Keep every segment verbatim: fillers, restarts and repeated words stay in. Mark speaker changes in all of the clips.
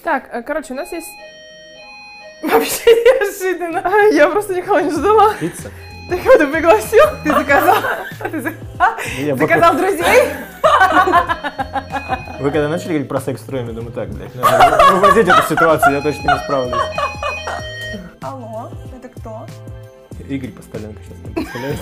Speaker 1: Так, э, короче, у нас есть... Вообще неожиданно. Я просто никого не ждала.
Speaker 2: Пицца?
Speaker 1: Ты кого-то пригласил? Ты заказал? Ты за-
Speaker 2: Я
Speaker 1: заказал друзей?
Speaker 2: Вы когда начали говорить про секс втроем, я думаю, так, блядь, надо вывозить эту ситуацию, я точно не справлюсь.
Speaker 1: Алло, это кто?
Speaker 2: Игорь Постоленко сейчас нам представляет.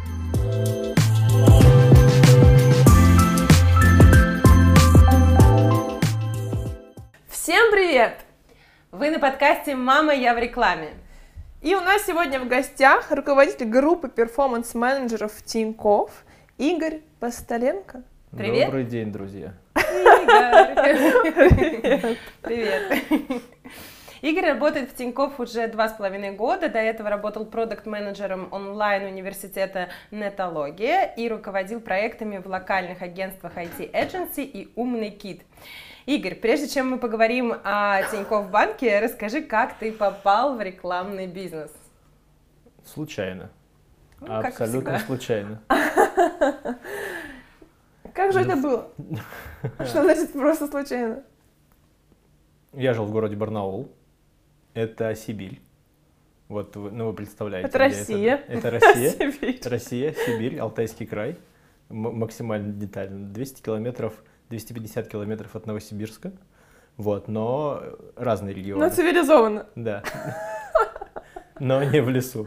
Speaker 1: Всем привет!
Speaker 3: Вы на подкасте «Мама, я в рекламе».
Speaker 1: И у нас сегодня в гостях руководитель группы перформанс-менеджеров Тинькофф Игорь Постоленко.
Speaker 3: Привет.
Speaker 2: Добрый день, друзья.
Speaker 3: Игорь. Привет. Игорь работает в Тинькофф уже два с половиной года. До этого работал продакт-менеджером онлайн-университета Нетология и руководил проектами в локальных агентствах ай ти-Agency и «Умный кит». Игорь, прежде чем мы поговорим о Тинькофф банке, расскажи, как ты попал в рекламный бизнес.
Speaker 2: Случайно.
Speaker 3: Ну, как
Speaker 2: Абсолютно
Speaker 3: всегда.
Speaker 2: случайно.
Speaker 1: Как же это было? Что значит просто случайно?
Speaker 2: Я жил в городе Барнаул. Это Сибирь. Вот, вы- ну вы представляете.
Speaker 1: Это
Speaker 2: где
Speaker 1: Россия.
Speaker 2: Это, это Россия.
Speaker 1: Сибирь.
Speaker 2: Россия, Сибирь, Алтайский край. М- максимально детально. двести километров, двести пятьдесят километров от Новосибирска. Вот, но разные регионы.
Speaker 1: Но цивилизованно.
Speaker 2: Да. Но не в лесу.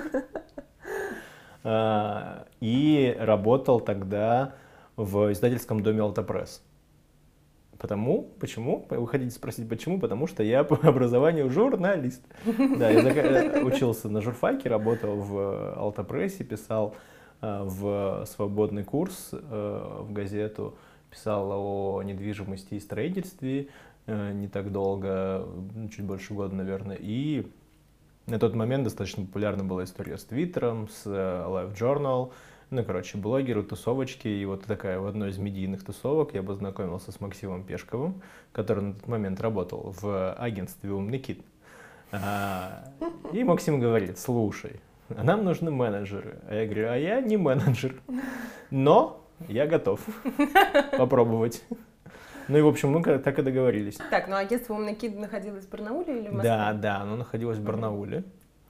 Speaker 2: А, И работал тогда в издательском доме «Алтапресс». Потому, почему? Вы хотите спросить, почему? Потому что я по образованию журналист. Да, я зака- учился на журфаке, работал в «Алтапрессе», писал а, в свободный курс а, в газету, писал о недвижимости и строительстве э, не так долго, ну, чуть больше года, наверное. И на тот момент достаточно популярна была история с Твиттером, с э, Live Journal. Ну, короче, блогеры, тусовочки. И вот такая в одной из медийных тусовок я познакомился с Максимом Пешковым, который на тот момент работал в агентстве «Умный кит». А, И Максим говорит: слушай, а нам нужны менеджеры. А я говорю: а я не менеджер, но я готов попробовать. Ну и, в общем, мы как- так и договорились.
Speaker 3: Так, ну агентство «Умный кит» находилось в Барнауле или в Москве?
Speaker 2: Да, да, оно находилось в Барнауле.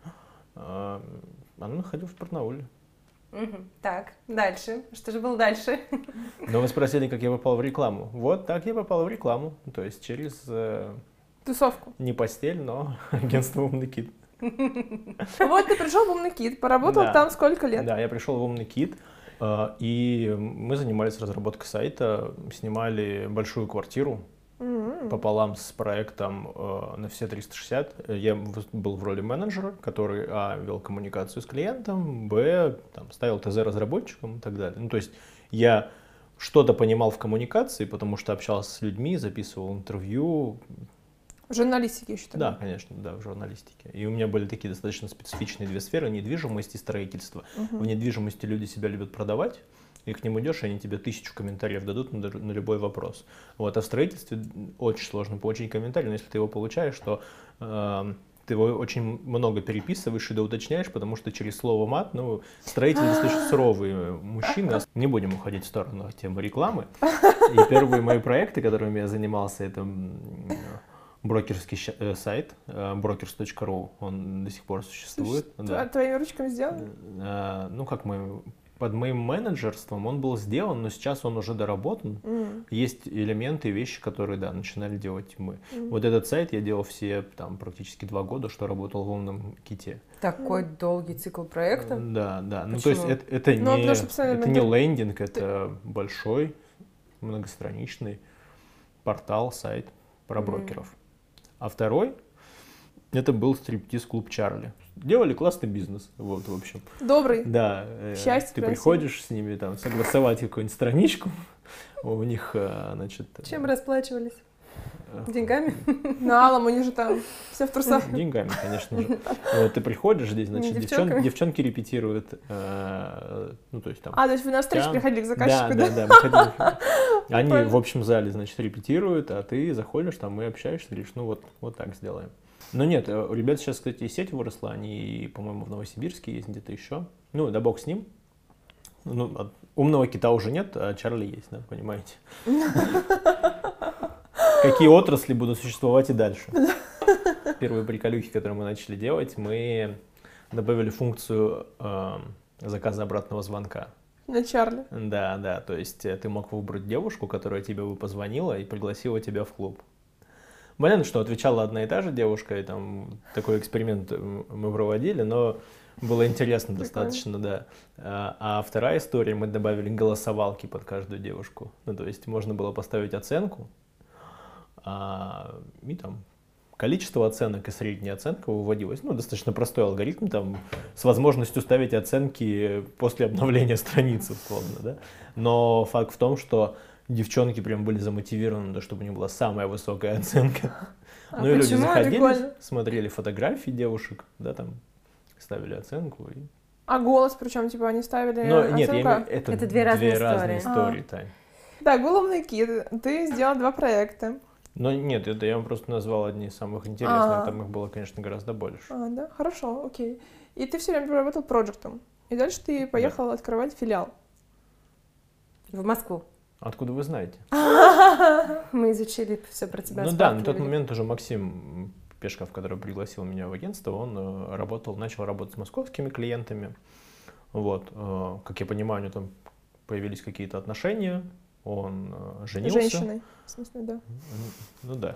Speaker 2: А, Оно находилось в Барнауле.
Speaker 3: Мгм. Так, дальше. Что же было дальше?
Speaker 2: Но вы спросили, как я попал в рекламу. Вот так я попал в рекламу. То есть через э,
Speaker 1: Тусовку.
Speaker 2: не постель, но агентство «Умный кит».
Speaker 1: Вот ты пришел в «Умный кит», поработал
Speaker 2: Да.
Speaker 1: там сколько лет?
Speaker 2: Да, я пришел в «Умный кит», э, и мы занимались разработкой сайта, снимали большую квартиру
Speaker 1: М.
Speaker 2: пополам с проектом э, на все триста шестьдесят. Я в- был в роли менеджера, который, а, вел коммуникацию с клиентом, б, там, ставил ТЗ разработчикам и так далее. Ну, то есть я что-то понимал в коммуникации, потому что общался с людьми, записывал интервью.
Speaker 1: В журналистике еще тогда.
Speaker 2: Да, конечно, да, в журналистике. И у меня были такие достаточно специфичные две сферы: недвижимость и строительство.
Speaker 1: Мгм.
Speaker 2: В недвижимости люди себя любят продавать, и к ним идешь, и они тебе тысячу комментариев дадут на, на любой вопрос. Вот, а в строительстве очень сложно получить комментарий, но если ты его получаешь, то э, ты его очень много переписываешь и доуточняешь, потому что через слово мат, ну, строители достаточно суровые мужчины. Не будем уходить в сторону темы рекламы. И первые мои проекты, которыми я занимался, это м, брокерский ща- э, сайт брокерс точка ру, он до сих пор существует.
Speaker 1: Тво-
Speaker 2: Да.
Speaker 1: Твоими ручками сделано?
Speaker 2: Э, Ну, как мы, под моим менеджерством он был сделан, но сейчас он уже доработан.
Speaker 1: М.
Speaker 2: Есть элементы и вещи, которые, да, начинали делать мы.
Speaker 1: Мгм.
Speaker 2: Вот этот сайт я делал все, там, практически два года, что работал в «Умном ките».
Speaker 3: Такой долгий цикл проекта.
Speaker 2: Да, да. Ну, то есть
Speaker 3: Почему?
Speaker 2: это, это
Speaker 1: Ну,
Speaker 2: не,
Speaker 1: потому что постоянно
Speaker 2: это не
Speaker 1: надо-
Speaker 2: лендинг, это большой, многостраничный портал, сайт про
Speaker 3: Мгм.
Speaker 2: брокеров. А второй, это был стриптиз-клуб «Чарли». Делали классный бизнес, вот, в общем.
Speaker 1: Добрый.
Speaker 2: Да, э,
Speaker 1: Счастье
Speaker 2: ты
Speaker 1: приносили.
Speaker 2: приходишь с ними, там, согласовать какую-нибудь страничку, у них, э, значит... э,
Speaker 3: Чем расплачивались?
Speaker 2: э,
Speaker 3: Деньгами?
Speaker 1: Налом, у них же там все в трусах.
Speaker 2: Деньгами, конечно же. Вот ты приходишь здесь, значит,
Speaker 1: Не
Speaker 2: девчон-
Speaker 1: девчонками.
Speaker 2: девчонки репетируют, э, ну, то есть там...
Speaker 1: А, то есть вы на встречу
Speaker 2: Тян.
Speaker 1: приходили к
Speaker 2: Да,
Speaker 1: заказчику,
Speaker 2: да,
Speaker 1: да?
Speaker 2: да, мы ходили. Они
Speaker 1: Прикольно.
Speaker 2: в общем зале, значит, репетируют, а ты заходишь там и общаешься, говоришь: ну вот, вот так сделаем. Но нет, э, у ребят сейчас, кстати, и сеть выросла, они, по-моему, в Новосибирске есть, где-то еще. Ну, да бог с ним. Ну, а «Умного кита» уже нет, а «Чарли» есть, да, понимаете? какие отрасли будут существовать и дальше. Первые приколюхи, которые мы начали делать, мы добавили функцию э, заказа обратного звонка.
Speaker 1: На Чарли.
Speaker 2: Да, да, то есть ты мог выбрать девушку, которая тебе бы позвонила и пригласила тебя в клуб. Понятно, что отвечала одна и та же девушка, и там такой эксперимент мы проводили, но было интересно достаточно, да. А, а вторая история, мы добавили голосовалки под каждую девушку. Ну, то есть можно было поставить оценку, а, и там количество оценок и средняя оценка выводилась. Ну, достаточно простой алгоритм, там, с возможностью ставить оценки после обновления страницы, условно, да. Но факт в том, что девчонки прям были замотивированы, да, чтобы у них была самая высокая оценка.
Speaker 1: А
Speaker 2: ну и люди
Speaker 1: почему?
Speaker 2: заходили,
Speaker 1: Прикольно.
Speaker 2: смотрели фотографии девушек, да, там, ставили оценку. И...
Speaker 1: А голос, причем, типа, они ставили
Speaker 2: Но,
Speaker 1: оценку?
Speaker 2: нет, я имею... это,
Speaker 3: Это две разные истории.
Speaker 2: разные истории,
Speaker 1: А.
Speaker 2: Тань.
Speaker 1: Так, «Уголовный кит», ты сделал два проекта.
Speaker 2: Но нет, это я вам просто назвал одни из самых интересных,
Speaker 1: А.
Speaker 2: там их было, конечно, гораздо больше.
Speaker 1: А, да? Хорошо, окей. И ты все время работал проектом. И дальше ты поехал открывать филиал.
Speaker 3: В Москву.
Speaker 2: Откуда вы знаете?
Speaker 3: Мы изучили все про тебя.
Speaker 2: Ну
Speaker 3: с
Speaker 2: да, на
Speaker 3: Павловым.
Speaker 2: тот момент уже Максим Пешков, который пригласил меня в агентство, он э, работал, начал работать с московскими клиентами. Вот, э, как я понимаю, у него там появились какие-то отношения, он э, женился.
Speaker 1: Женщиной. В смысле, да.
Speaker 2: Ну да.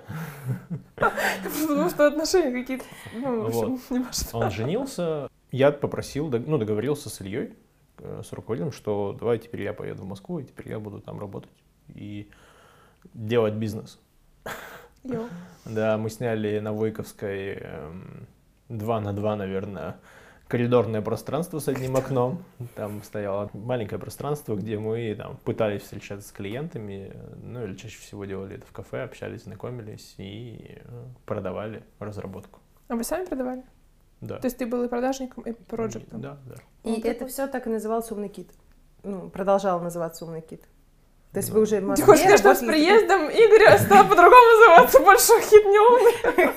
Speaker 1: Потому что отношения какие-то, ну, в общем,
Speaker 2: Вот.
Speaker 1: не важно.
Speaker 2: Он женился. Я попросил, дог- ну, договорился с Ильей, э, с руководителем, что давай теперь я поеду в Москву, и теперь я буду там работать и делать бизнес.
Speaker 1: Йоу.
Speaker 2: Да, мы сняли на Войковской эм, два на два, наверное, коридорное пространство с одним окном. Там стояло маленькое пространство, где мы там пытались встречаться с клиентами, ну или чаще всего делали это в кафе, общались, знакомились и э, продавали разработку.
Speaker 1: А вы сами продавали?
Speaker 2: Да.
Speaker 1: То есть ты был и продажником, и проектом?
Speaker 2: Да, да.
Speaker 3: И
Speaker 1: Вот
Speaker 3: это
Speaker 1: это.
Speaker 3: все так и назывался «Умный кит». Ну, продолжал называться «Умный кит». То есть
Speaker 2: Да.
Speaker 3: вы уже в
Speaker 1: Ты
Speaker 3: Москве
Speaker 1: хочешь сказать, что с
Speaker 3: работали-
Speaker 1: приездом Игоря стал по-другому называться больше хит не умный?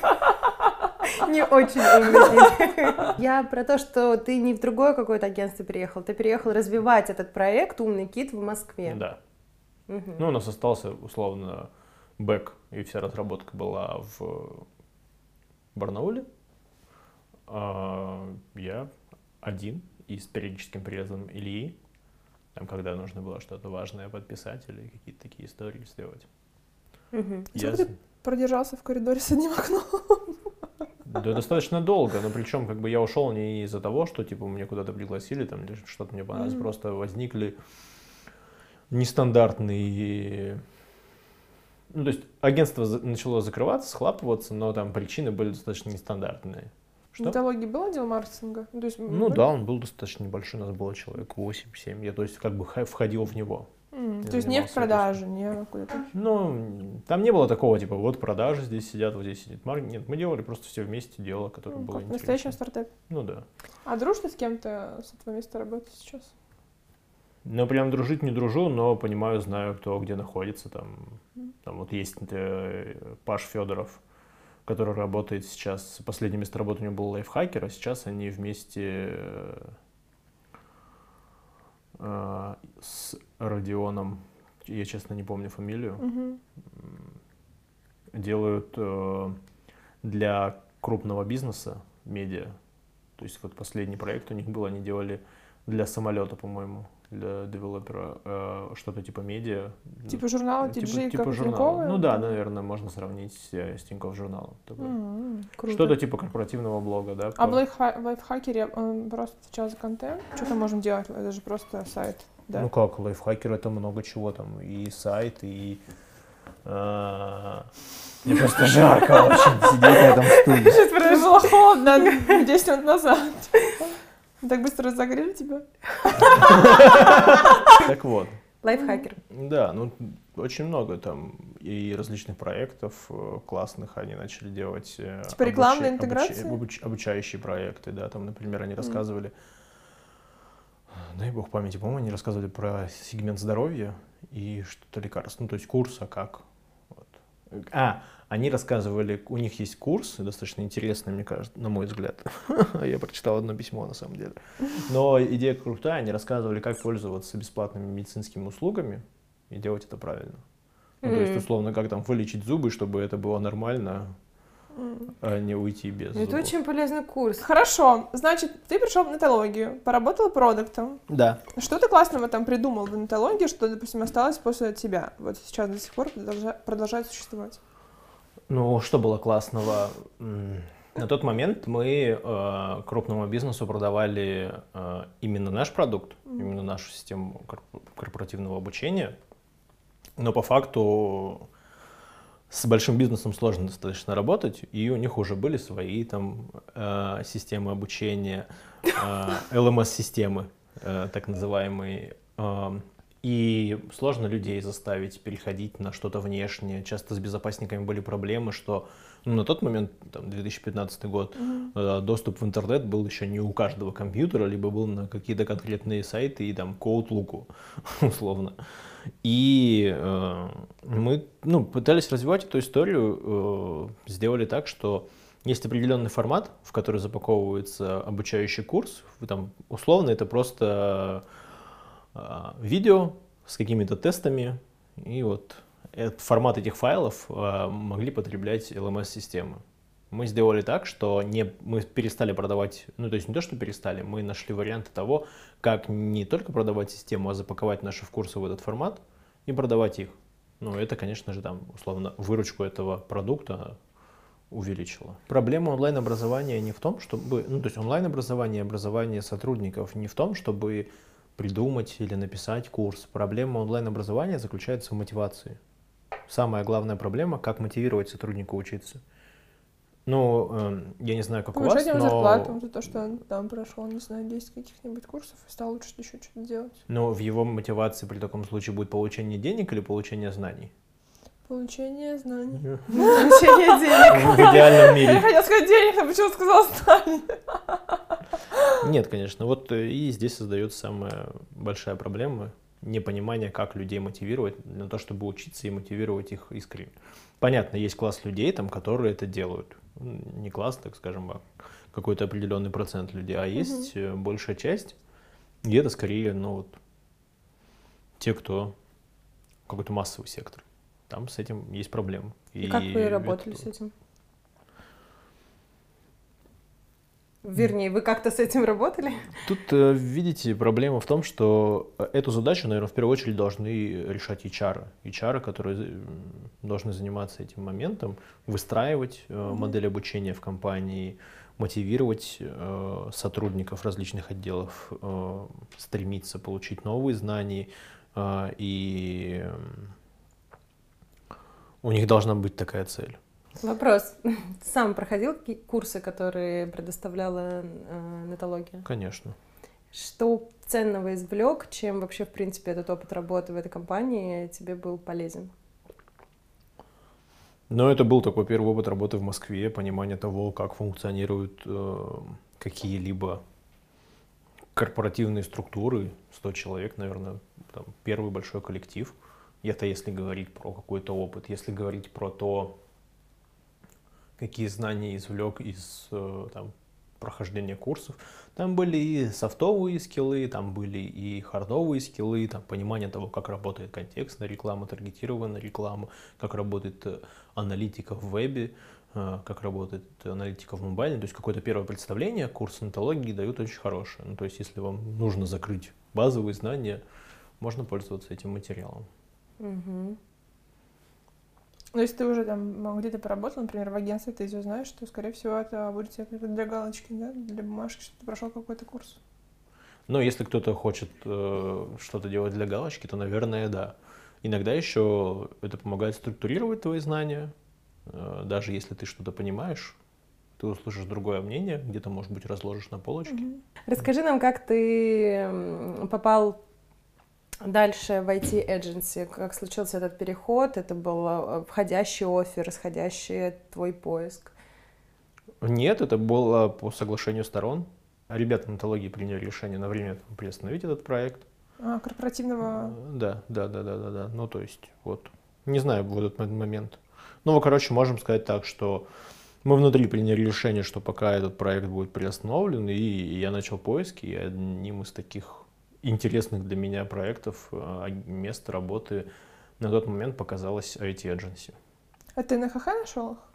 Speaker 3: Не очень умный кит. Я про то, что ты не в другое какое-то агентство переехал, ты переехал развивать этот проект «Умный кит» в Москве.
Speaker 2: Да.
Speaker 3: Мгм.
Speaker 2: Ну, у нас остался, условно, бэк, и вся разработка была в Барнауле. А я один и с периодическим приездом Ильи, там, когда нужно было что-то важное подписать или какие-то такие истории сделать.
Speaker 3: Мгм.
Speaker 2: Я...
Speaker 1: Сколько ты продержался в коридоре с одним окном?
Speaker 2: Да, достаточно долго, но причем как бы я ушел не из-за того, что типа меня куда-то пригласили, там, или что-то мне понравилось,
Speaker 1: Мгм.
Speaker 2: просто возникли нестандартные... Ну, то есть агентство за- начало закрываться, схлапываться, но там причины были достаточно нестандартные.
Speaker 1: В
Speaker 2: Что?
Speaker 1: металлогии был отдел маркетинга? То есть,
Speaker 2: Ну
Speaker 1: были?
Speaker 2: да, он был достаточно небольшой, у нас было человек восемь-семь, я то есть как бы ха- входил в него.
Speaker 1: М,
Speaker 2: Я
Speaker 1: То есть не в
Speaker 2: занимался
Speaker 1: продаже, не куда-то.
Speaker 2: Ну, там не было такого, типа, вот продажи здесь сидят, вот здесь сидит маркетинг. Нет, мы делали просто все вместе дело, которое
Speaker 1: Ну,
Speaker 2: было
Speaker 1: как в
Speaker 2: интересно.
Speaker 1: настоящем стартапе.
Speaker 2: Ну да.
Speaker 1: А дружишь ты с кем-то с этого места работы сейчас?
Speaker 2: Ну, прям дружить не дружу, но понимаю, знаю, кто где находится. Там, там вот есть э, Паш Федоров, который работает сейчас, последнее место работы у него был лайфхакер, а сейчас они вместе э, э, с Родионом, я честно не помню фамилию,
Speaker 1: Мгм.
Speaker 2: делают э, для крупного бизнеса медиа. То есть вот последний проект у них был, они делали для самолета, по-моему, для девелопера э, что-то типа медиа.
Speaker 1: Типа журнала
Speaker 2: Типа-
Speaker 1: ти джи,
Speaker 2: типа
Speaker 1: как
Speaker 2: журнала.
Speaker 1: Тинькова?
Speaker 2: Ну да, наверное, можно сравнить с, э, с Тинькофф журналом. Такое.
Speaker 1: М, круто.
Speaker 2: Что-то типа корпоративного блога, да?
Speaker 1: А
Speaker 2: по-
Speaker 1: в лайфха- в лайфхакере он просто отвечал за контент? Что там можем делать? Это же просто сайт. Да.
Speaker 2: Ну как, лайфхакер это много чего там, и сайт, и... э, Мне просто жарко очень сидеть на этом стуле.
Speaker 1: Сейчас было холодно десять минут назад. Так быстро разогрели тебя?
Speaker 2: Так вот,
Speaker 3: Лайфхакер.
Speaker 2: да, ну очень много там и различных проектов э, классных они начали делать. э,
Speaker 1: Типа рекламные
Speaker 2: обуча-
Speaker 1: интеграции?
Speaker 2: обуч- обуч- обучающие проекты, да, там, например, они рассказывали, дай бог памяти, по-моему, они рассказывали про сегмент здоровья и что-то лекарств, ну то есть курс, а как. Вот. А, они рассказывали, у них есть курс, достаточно интересный, мне кажется, на мой взгляд. Я прочитал одно письмо, на самом деле. Но идея крутая, они рассказывали, как пользоваться бесплатными медицинскими услугами и делать это правильно. Ну, то есть, условно, как там вылечить зубы, чтобы это было нормально,
Speaker 1: М.
Speaker 2: а не уйти без
Speaker 3: Это
Speaker 2: зубов.
Speaker 3: очень полезный курс.
Speaker 1: Хорошо, значит, ты пришел в нетологию, поработал продуктом.
Speaker 2: Да.
Speaker 1: Что ты классного там придумал в нетологии, что, допустим, осталось после тебя? Вот сейчас до сих пор продолжа- продолжает существовать.
Speaker 2: Ну, что было классного? М, На тот момент мы э, крупному бизнесу продавали э, именно наш продукт,
Speaker 1: Мгм.
Speaker 2: именно нашу систему корп- корпоративного обучения. Но по факту с большим бизнесом сложно достаточно работать, и у них уже были свои там э, системы обучения, э, эл эм эс-системы, э, так называемые. Э, и сложно людей заставить переходить на что-то внешнее. Часто с безопасниками были проблемы, что ну, на тот момент, там, две тысячи пятнадцатый год,
Speaker 1: Мгм.
Speaker 2: э, доступ в интернет был еще не у каждого компьютера, либо был на какие-то конкретные сайты и там к Outlook, условно. И э, мы ну, пытались развивать эту историю, э, сделали так, что есть определенный формат, в который запаковывается обучающий курс. Там, условно, это просто э, видео с какими-то тестами. И вот этот формат этих файлов э, могли потреблять эл эм эс-системы. Мы сделали так, что не, мы перестали продавать, ну то есть не то, что перестали, мы нашли варианты того, как не только продавать систему, а запаковать наши курсы в этот формат и продавать их. Ну это, конечно же, там, условно, выручку этого продукта увеличило. Проблема онлайн-образования не в том, чтобы, ну то есть онлайн-образование, образование сотрудников не в том, чтобы придумать или написать курс. Проблема онлайн-образования заключается в мотивации. Самая главная проблема, как мотивировать сотрудника учиться. Ну, э, я не знаю, как
Speaker 1: Повышать
Speaker 2: у вас,
Speaker 1: ему
Speaker 2: но...
Speaker 1: зарплату за то, что он там прошел, не знаю, десять каких-нибудь курсов и стал лучше еще что-то делать.
Speaker 2: Но в его мотивации при таком случае будет получение денег или получение знаний?
Speaker 1: Получение знаний.
Speaker 3: Получение денег.
Speaker 2: В идеальном
Speaker 1: Я
Speaker 2: мире.
Speaker 1: хотела сказать денег, но почему сказала знаний?
Speaker 2: Нет, конечно. Вот э, и здесь создается самая большая проблема — непонимание, как людей мотивировать на то, чтобы учиться и мотивировать их искренне. Понятно, есть класс людей, там, которые это делают. Не класс, так скажем, а какой-то определенный процент людей, а есть э, большая часть, и это скорее, ну вот, те, кто какой-то массовый сектор. Там с этим есть проблемы.
Speaker 3: И как вы работали
Speaker 2: это-
Speaker 3: с этим? Вернее, вы как-то с этим работали?
Speaker 2: Тут, э, видите, проблема в том, что э, эту задачу, наверное, в первую очередь должны решать эйч ар. эйч ар, которые э, должны заниматься этим моментом, выстраивать э,
Speaker 1: Мгм.
Speaker 2: модель обучения в компании, мотивировать э, сотрудников различных отделов, э, стремиться получить новые знания, э, и э, у них должна быть такая цель.
Speaker 3: Вопрос. Сам проходил какие курсы, которые предоставляла э, нетология?
Speaker 2: Конечно.
Speaker 3: Что ценного извлек, чем вообще, в принципе, этот опыт работы в этой компании тебе был полезен?
Speaker 2: Но это был такой первый опыт работы в Москве, понимание того, как функционируют э, какие-либо корпоративные структуры, сто человек, наверное, там, первый большой коллектив. И это если говорить про какой-то опыт, если говорить про то, какие знания извлек из э, там, прохождения курсов. Там были и софтовые скиллы, там были и хардовые скиллы, там понимание того, как работает контекстная реклама, таргетированная реклама, как работает э, аналитика в вебе, э, как работает аналитика в мобайле. То есть какое-то первое представление курсы нетологии дают очень хорошее. Ну, то есть если вам нужно закрыть базовые знания, можно пользоваться этим материалом.
Speaker 3: Угу.
Speaker 1: Но если ты уже там ну, где-то поработал, например, в агентстве, ты все знаешь, то, скорее всего, это будет тебе как-то для галочки, да, для бумажки, что ты прошел какой-то курс.
Speaker 2: Но если кто-то хочет э, что-то делать для галочки, то, наверное, да. Иногда еще это помогает структурировать твои знания. Э, даже если ты что-то понимаешь, ты услышишь другое мнение, где-то, может быть, разложишь на полочке.
Speaker 1: Мгм.
Speaker 3: Расскажи нам, как ты м, попал дальше в ай ти-эдженси, как случился этот переход, это был э, входящий оффер, расходящий твой поиск?
Speaker 2: Нет, это было по соглашению сторон. Ребята нетологии приняли решение на время там, приостановить этот проект.
Speaker 1: А, корпоративного...
Speaker 2: Э, Да, да, да, да, да, да. Ну, то есть, вот. Не знаю, в этот момент. Ну, короче, можем сказать так, что мы внутри приняли решение, что пока этот проект будет приостановлен, и я начал поиски, и одним из таких интересных для меня проектов, мест работы на тот момент показалась ай ти-agency.
Speaker 1: А ты на ха-ха нашел их?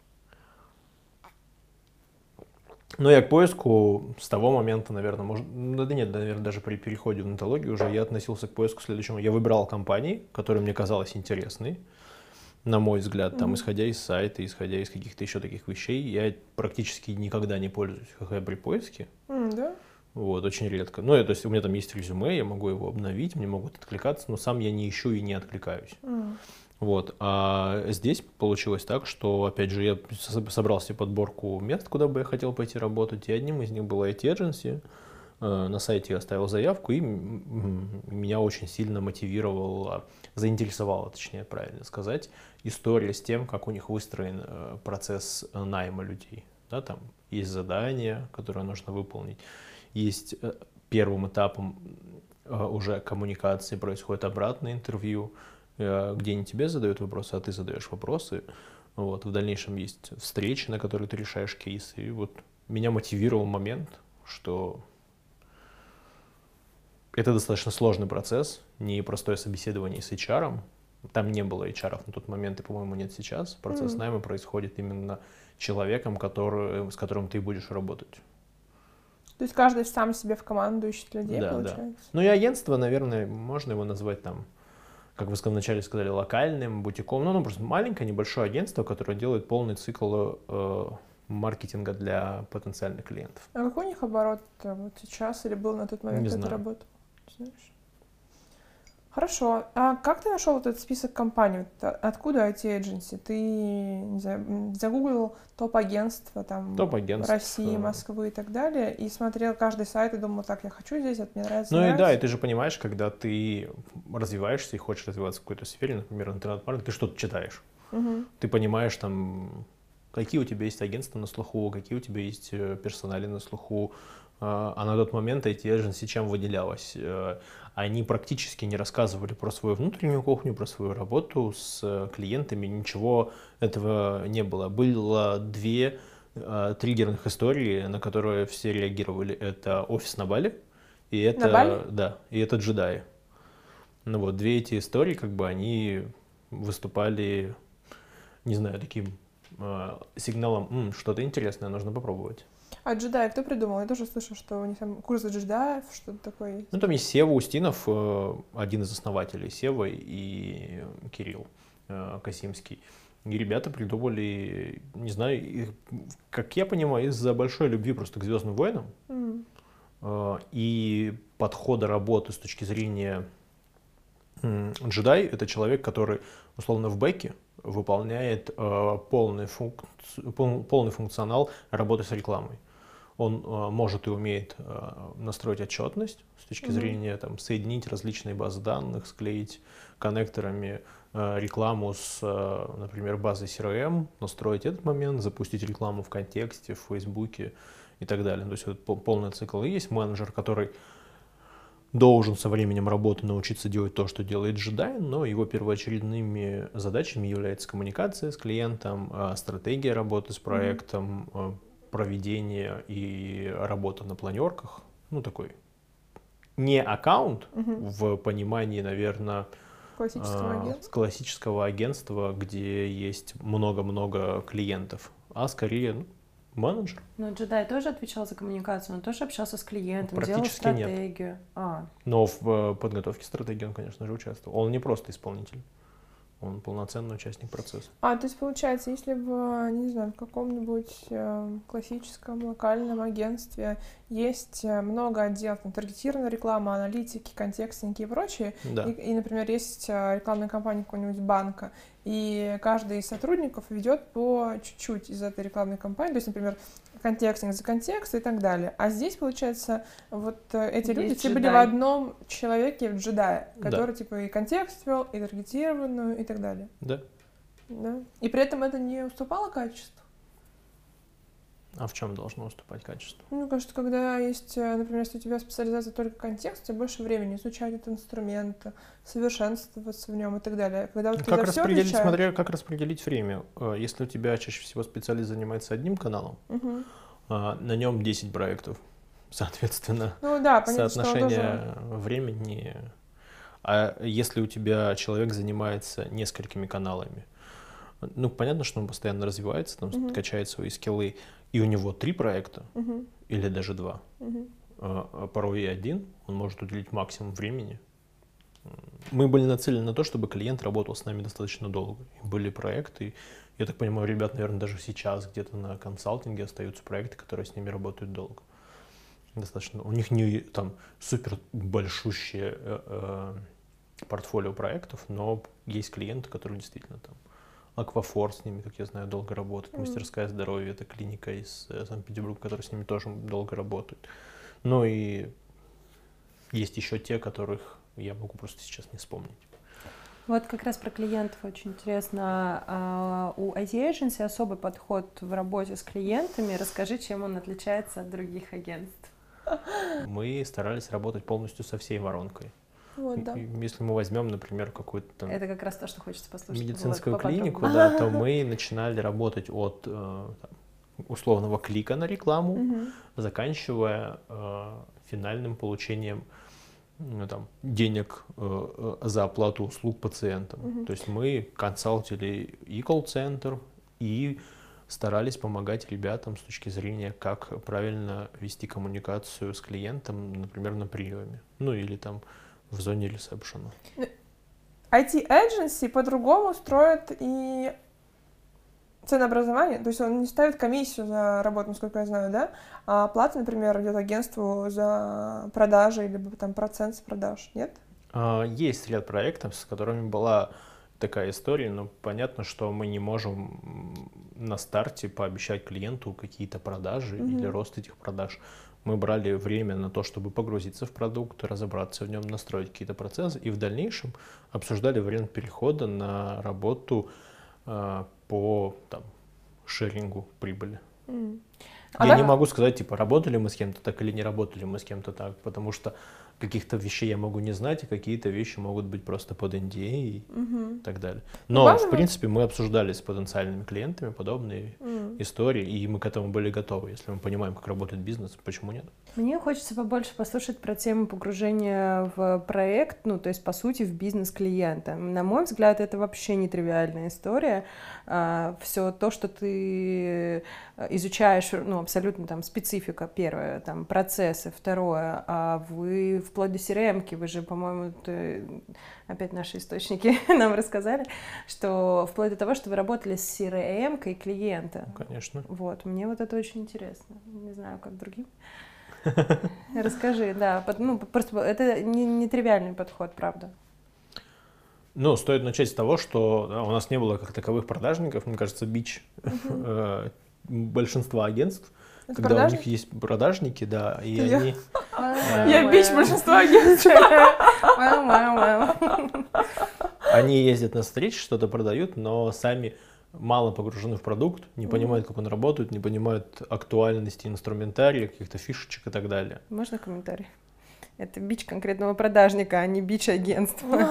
Speaker 2: Ну, я к поиску с того момента, наверное, может, ну, да нет, наверное, даже при переходе в нетологию уже я относился к поиску к следующему. Я выбирал компании, которые мне казалось интересны, на мой взгляд, там, mm-hmm. исходя из сайта, исходя из каких-то еще таких вещей. Я практически никогда не пользуюсь ха-ха при поиске.
Speaker 1: Mm, да?
Speaker 2: Вот, очень редко. Ну, то есть у меня там есть резюме, я могу его обновить, мне могут откликаться, но сам я не ищу и не откликаюсь.
Speaker 1: Mm. Вот.
Speaker 2: А здесь получилось так, что, опять же, я собрал себе подборку мест, куда бы я хотел пойти работать, и одним из них была ай ти-agency. На сайте я оставил заявку, и меня очень сильно мотивировала, заинтересовала, точнее, правильно сказать, история с тем, как у них выстроен процесс найма людей. Да, там есть задания, которые нужно выполнить, есть первым этапом уже коммуникации происходит обратное интервью, где не тебе задают вопросы, а ты задаешь вопросы. Вот. В дальнейшем есть встречи, на которые ты решаешь кейсы. И вот меня мотивировал момент, что это достаточно сложный процесс, не простое собеседование с эйч ар. Там не было эйч ар на тот момент, и, по-моему, нет сейчас. Процесс mm-hmm. найма происходит именно человеком, который, с которым ты будешь работать.
Speaker 1: То есть каждый сам себе в команду ищет людей,
Speaker 2: да,
Speaker 1: получается?
Speaker 2: Да. Ну и агентство, наверное, можно его назвать там, как вы вначале сказали, локальным, бутиком. Ну, ну просто маленькое, небольшое агентство, которое делает полный цикл э, маркетинга для потенциальных клиентов.
Speaker 1: А какой у них оборот вот сейчас или был на тот момент, когда ты работал? Знаешь? Хорошо. А как ты нашел вот этот список компаний? Откуда ай ти-agency? Ты, не знаю, загуглил топ-агентства там
Speaker 2: топ-агентств.
Speaker 1: России, Москвы и так далее, и смотрел каждый сайт и думал, так, я хочу здесь, это мне нравится.
Speaker 2: Ну
Speaker 1: нравится.
Speaker 2: И да, и ты же понимаешь, когда ты развиваешься и хочешь развиваться в какой-то сфере, например, интернет-маркетинг, ты что-то читаешь.
Speaker 1: Угу.
Speaker 2: Ты понимаешь, там, какие у тебя есть агентства на слуху, какие у тебя есть персонали на слуху. А на тот момент ай ти-agency чем выделялась? Они практически не рассказывали про свою внутреннюю кухню, про свою работу с клиентами, ничего этого не было. Было две э, триггерных истории, на которые все реагировали. Это офис на Бали и это,
Speaker 1: на Бали?
Speaker 2: Да, и это джедаи. Ну вот, две эти истории, как бы они выступали, не знаю, таким э, сигналом, М, что-то интересное, нужно попробовать.
Speaker 1: А джедаев кто придумал? Я тоже слышала, что у них там курсы джедаев, что-то такое есть.
Speaker 2: Ну, там есть Сева Устинов, один из основателей Сева, и Кирилл Касимский. И ребята придумали, не знаю, их, как я понимаю, из-за большой любви просто к «Звездным войнам» mm. и подхода работы с точки зрения джедай, это человек, который, условно, в бэке выполняет полный, функ... полный функционал работы с рекламой. Он э, может и умеет э, настроить отчетность с точки mm-hmm. зрения там, соединить различные базы данных, склеить коннекторами э, рекламу с, э, например, базой си ар эм, настроить этот момент, запустить рекламу в контексте, в Фейсбуке и так далее. То есть это полный цикл. И есть менеджер, который должен со временем работы научиться делать то, что делает джедай, но его первоочередными задачами является коммуникация с клиентом, э, стратегия работы с проектом, mm-hmm. э, проведение и работа на планерках, ну такой не аккаунт угу. в понимании, наверное,
Speaker 1: классического,
Speaker 2: э,
Speaker 1: агентства.
Speaker 2: классического агентства, где есть много-много клиентов, а скорее ну, менеджер.
Speaker 3: Но джедай тоже отвечал за коммуникацию, он тоже общался с клиентом, делал
Speaker 2: Практически
Speaker 3: стратегию.
Speaker 2: Нет.
Speaker 3: А.
Speaker 2: Но в подготовке стратегии он, конечно же, участвовал. Он не просто исполнитель. Он полноценный участник процесса.
Speaker 1: А, то есть, получается, если в, не знаю, в каком-нибудь э, классическом локальном агентстве есть много отделов, там, таргетированная реклама, аналитики, контекстники и прочее,
Speaker 2: да.
Speaker 1: и, и, например, есть рекламная кампания какого-нибудь банка, и каждый из сотрудников ведет по чуть-чуть из этой рекламной кампании, то есть, например, контекстинг за контекст и так далее. А здесь, получается, вот эти есть люди все были в одном человеке, в джедае, который, да. типа, и контекст вел, и таргетированную, и так далее.
Speaker 2: Да.
Speaker 1: Да. И при этом это не уступало качеству?
Speaker 2: А в чем должно уступать качество?
Speaker 1: Мне кажется, когда есть, например, если у тебя специализация только контекст, тебе больше времени изучать этот инструмент, совершенствоваться в нем и так далее. Когда вот
Speaker 2: как
Speaker 1: ты за
Speaker 2: распределить,
Speaker 1: всё
Speaker 2: смотря как распределить время. Если у тебя чаще всего специалист занимается одним каналом, угу. на нем десять проектов, соответственно,
Speaker 1: ну, да, понятно,
Speaker 2: соотношение
Speaker 1: тоже...
Speaker 2: времени. А если у тебя человек занимается несколькими каналами, ну, понятно, что он постоянно развивается, там, uh-huh. качает свои скиллы, и у него три проекта, uh-huh. или даже два, uh-huh. а порой и один, он может уделить максимум времени. Мы были нацелены на то, чтобы клиент работал с нами достаточно долго. Были проекты, я так понимаю, ребят, наверное, даже сейчас где-то на консалтинге остаются проекты, которые с ними работают долго. Достаточно. У них не там супер большущее э, э, портфолио проектов, но есть клиенты, которые действительно там Аквафор с ними, как я знаю, долго работает. Mm-hmm. Мастерская здоровья, это клиника из э, Санкт-Петербурга, которая с ними тоже долго работает. Ну и есть еще те, которых я могу просто сейчас не вспомнить.
Speaker 3: Вот как раз про клиентов очень интересно. У ай ти-agency особый подход в работе с клиентами. Расскажи, чем он отличается от других агентств.
Speaker 2: Мы старались работать полностью со всей воронкой.
Speaker 1: Вот, да.
Speaker 2: Если мы возьмем, например, какую-то там...
Speaker 3: Это как раз то, что хочется послушать.
Speaker 2: Медицинскую вот, клинику, да, то мы начинали работать от там, условного клика на рекламу, угу. заканчивая э, финальным получением ну, там, денег э, за оплату услуг пациентам. Угу. То есть мы консалтили и колл-центр, и старались помогать ребятам с точки зрения, как правильно вести коммуникацию с клиентом, например, на приеме, ну или там в зоне ресепшена.
Speaker 1: ай ти-agency по-другому строит и ценообразование, то есть он не ставит комиссию за работу, насколько я знаю, да, а плата, например, идет агентству за продажи или там процент с продаж, нет?
Speaker 2: Есть ряд проектов, с которыми была такая история, но понятно, что мы не можем на старте пообещать клиенту какие-то продажи mm-hmm. или рост этих продаж. Мы брали время на то, чтобы погрузиться в продукт, разобраться в нем, настроить какие-то процессы, и в дальнейшем обсуждали вариант перехода на работу э, по там, шерингу прибыли. Mm. Я а не да? могу сказать, типа, работали мы с кем-то так или не работали мы с кем-то так, потому что каких-то вещей я могу не знать, и какие-то вещи могут быть просто под эн ди эй и угу. так далее. Но, Важно. в принципе, мы обсуждали с потенциальными клиентами подобные mm. истории, и мы к этому были готовы. Если мы понимаем, как работает бизнес, почему нет?
Speaker 3: Мне хочется побольше послушать про тему погружения в проект, ну, то есть, по сути, в бизнес клиента. На мой взгляд, это вообще нетривиальная история. Все то, что ты изучаешь, ну, абсолютно там специфика, первое, там, процессы, второе, а вы вплоть до си ар эм-ки, вы же, по-моему, опять наши источники нам рассказали, что вплоть до того, что вы работали с си ар эм-кой клиента.
Speaker 2: Конечно.
Speaker 3: Вот, мне вот это очень интересно. Не знаю, как другим. Расскажи, да, ну, просто это не, не тривиальный подход, правда.
Speaker 2: Ну, стоит начать с того, что да, у нас не было как таковых продажников, мне кажется, бич uh-huh. э, большинства агентств, это когда продажник? У них есть продажники, да, и
Speaker 1: я...
Speaker 2: они...
Speaker 1: Я бич большинства агентств.
Speaker 2: Они ездят на встречи, что-то продают, но сами мало погружены в продукт, не понимают, как он работает, не понимают актуальности инструментария, каких-то фишечек и так далее.
Speaker 3: Можно комментарий? Это бич конкретного продажника, а не бич агентства.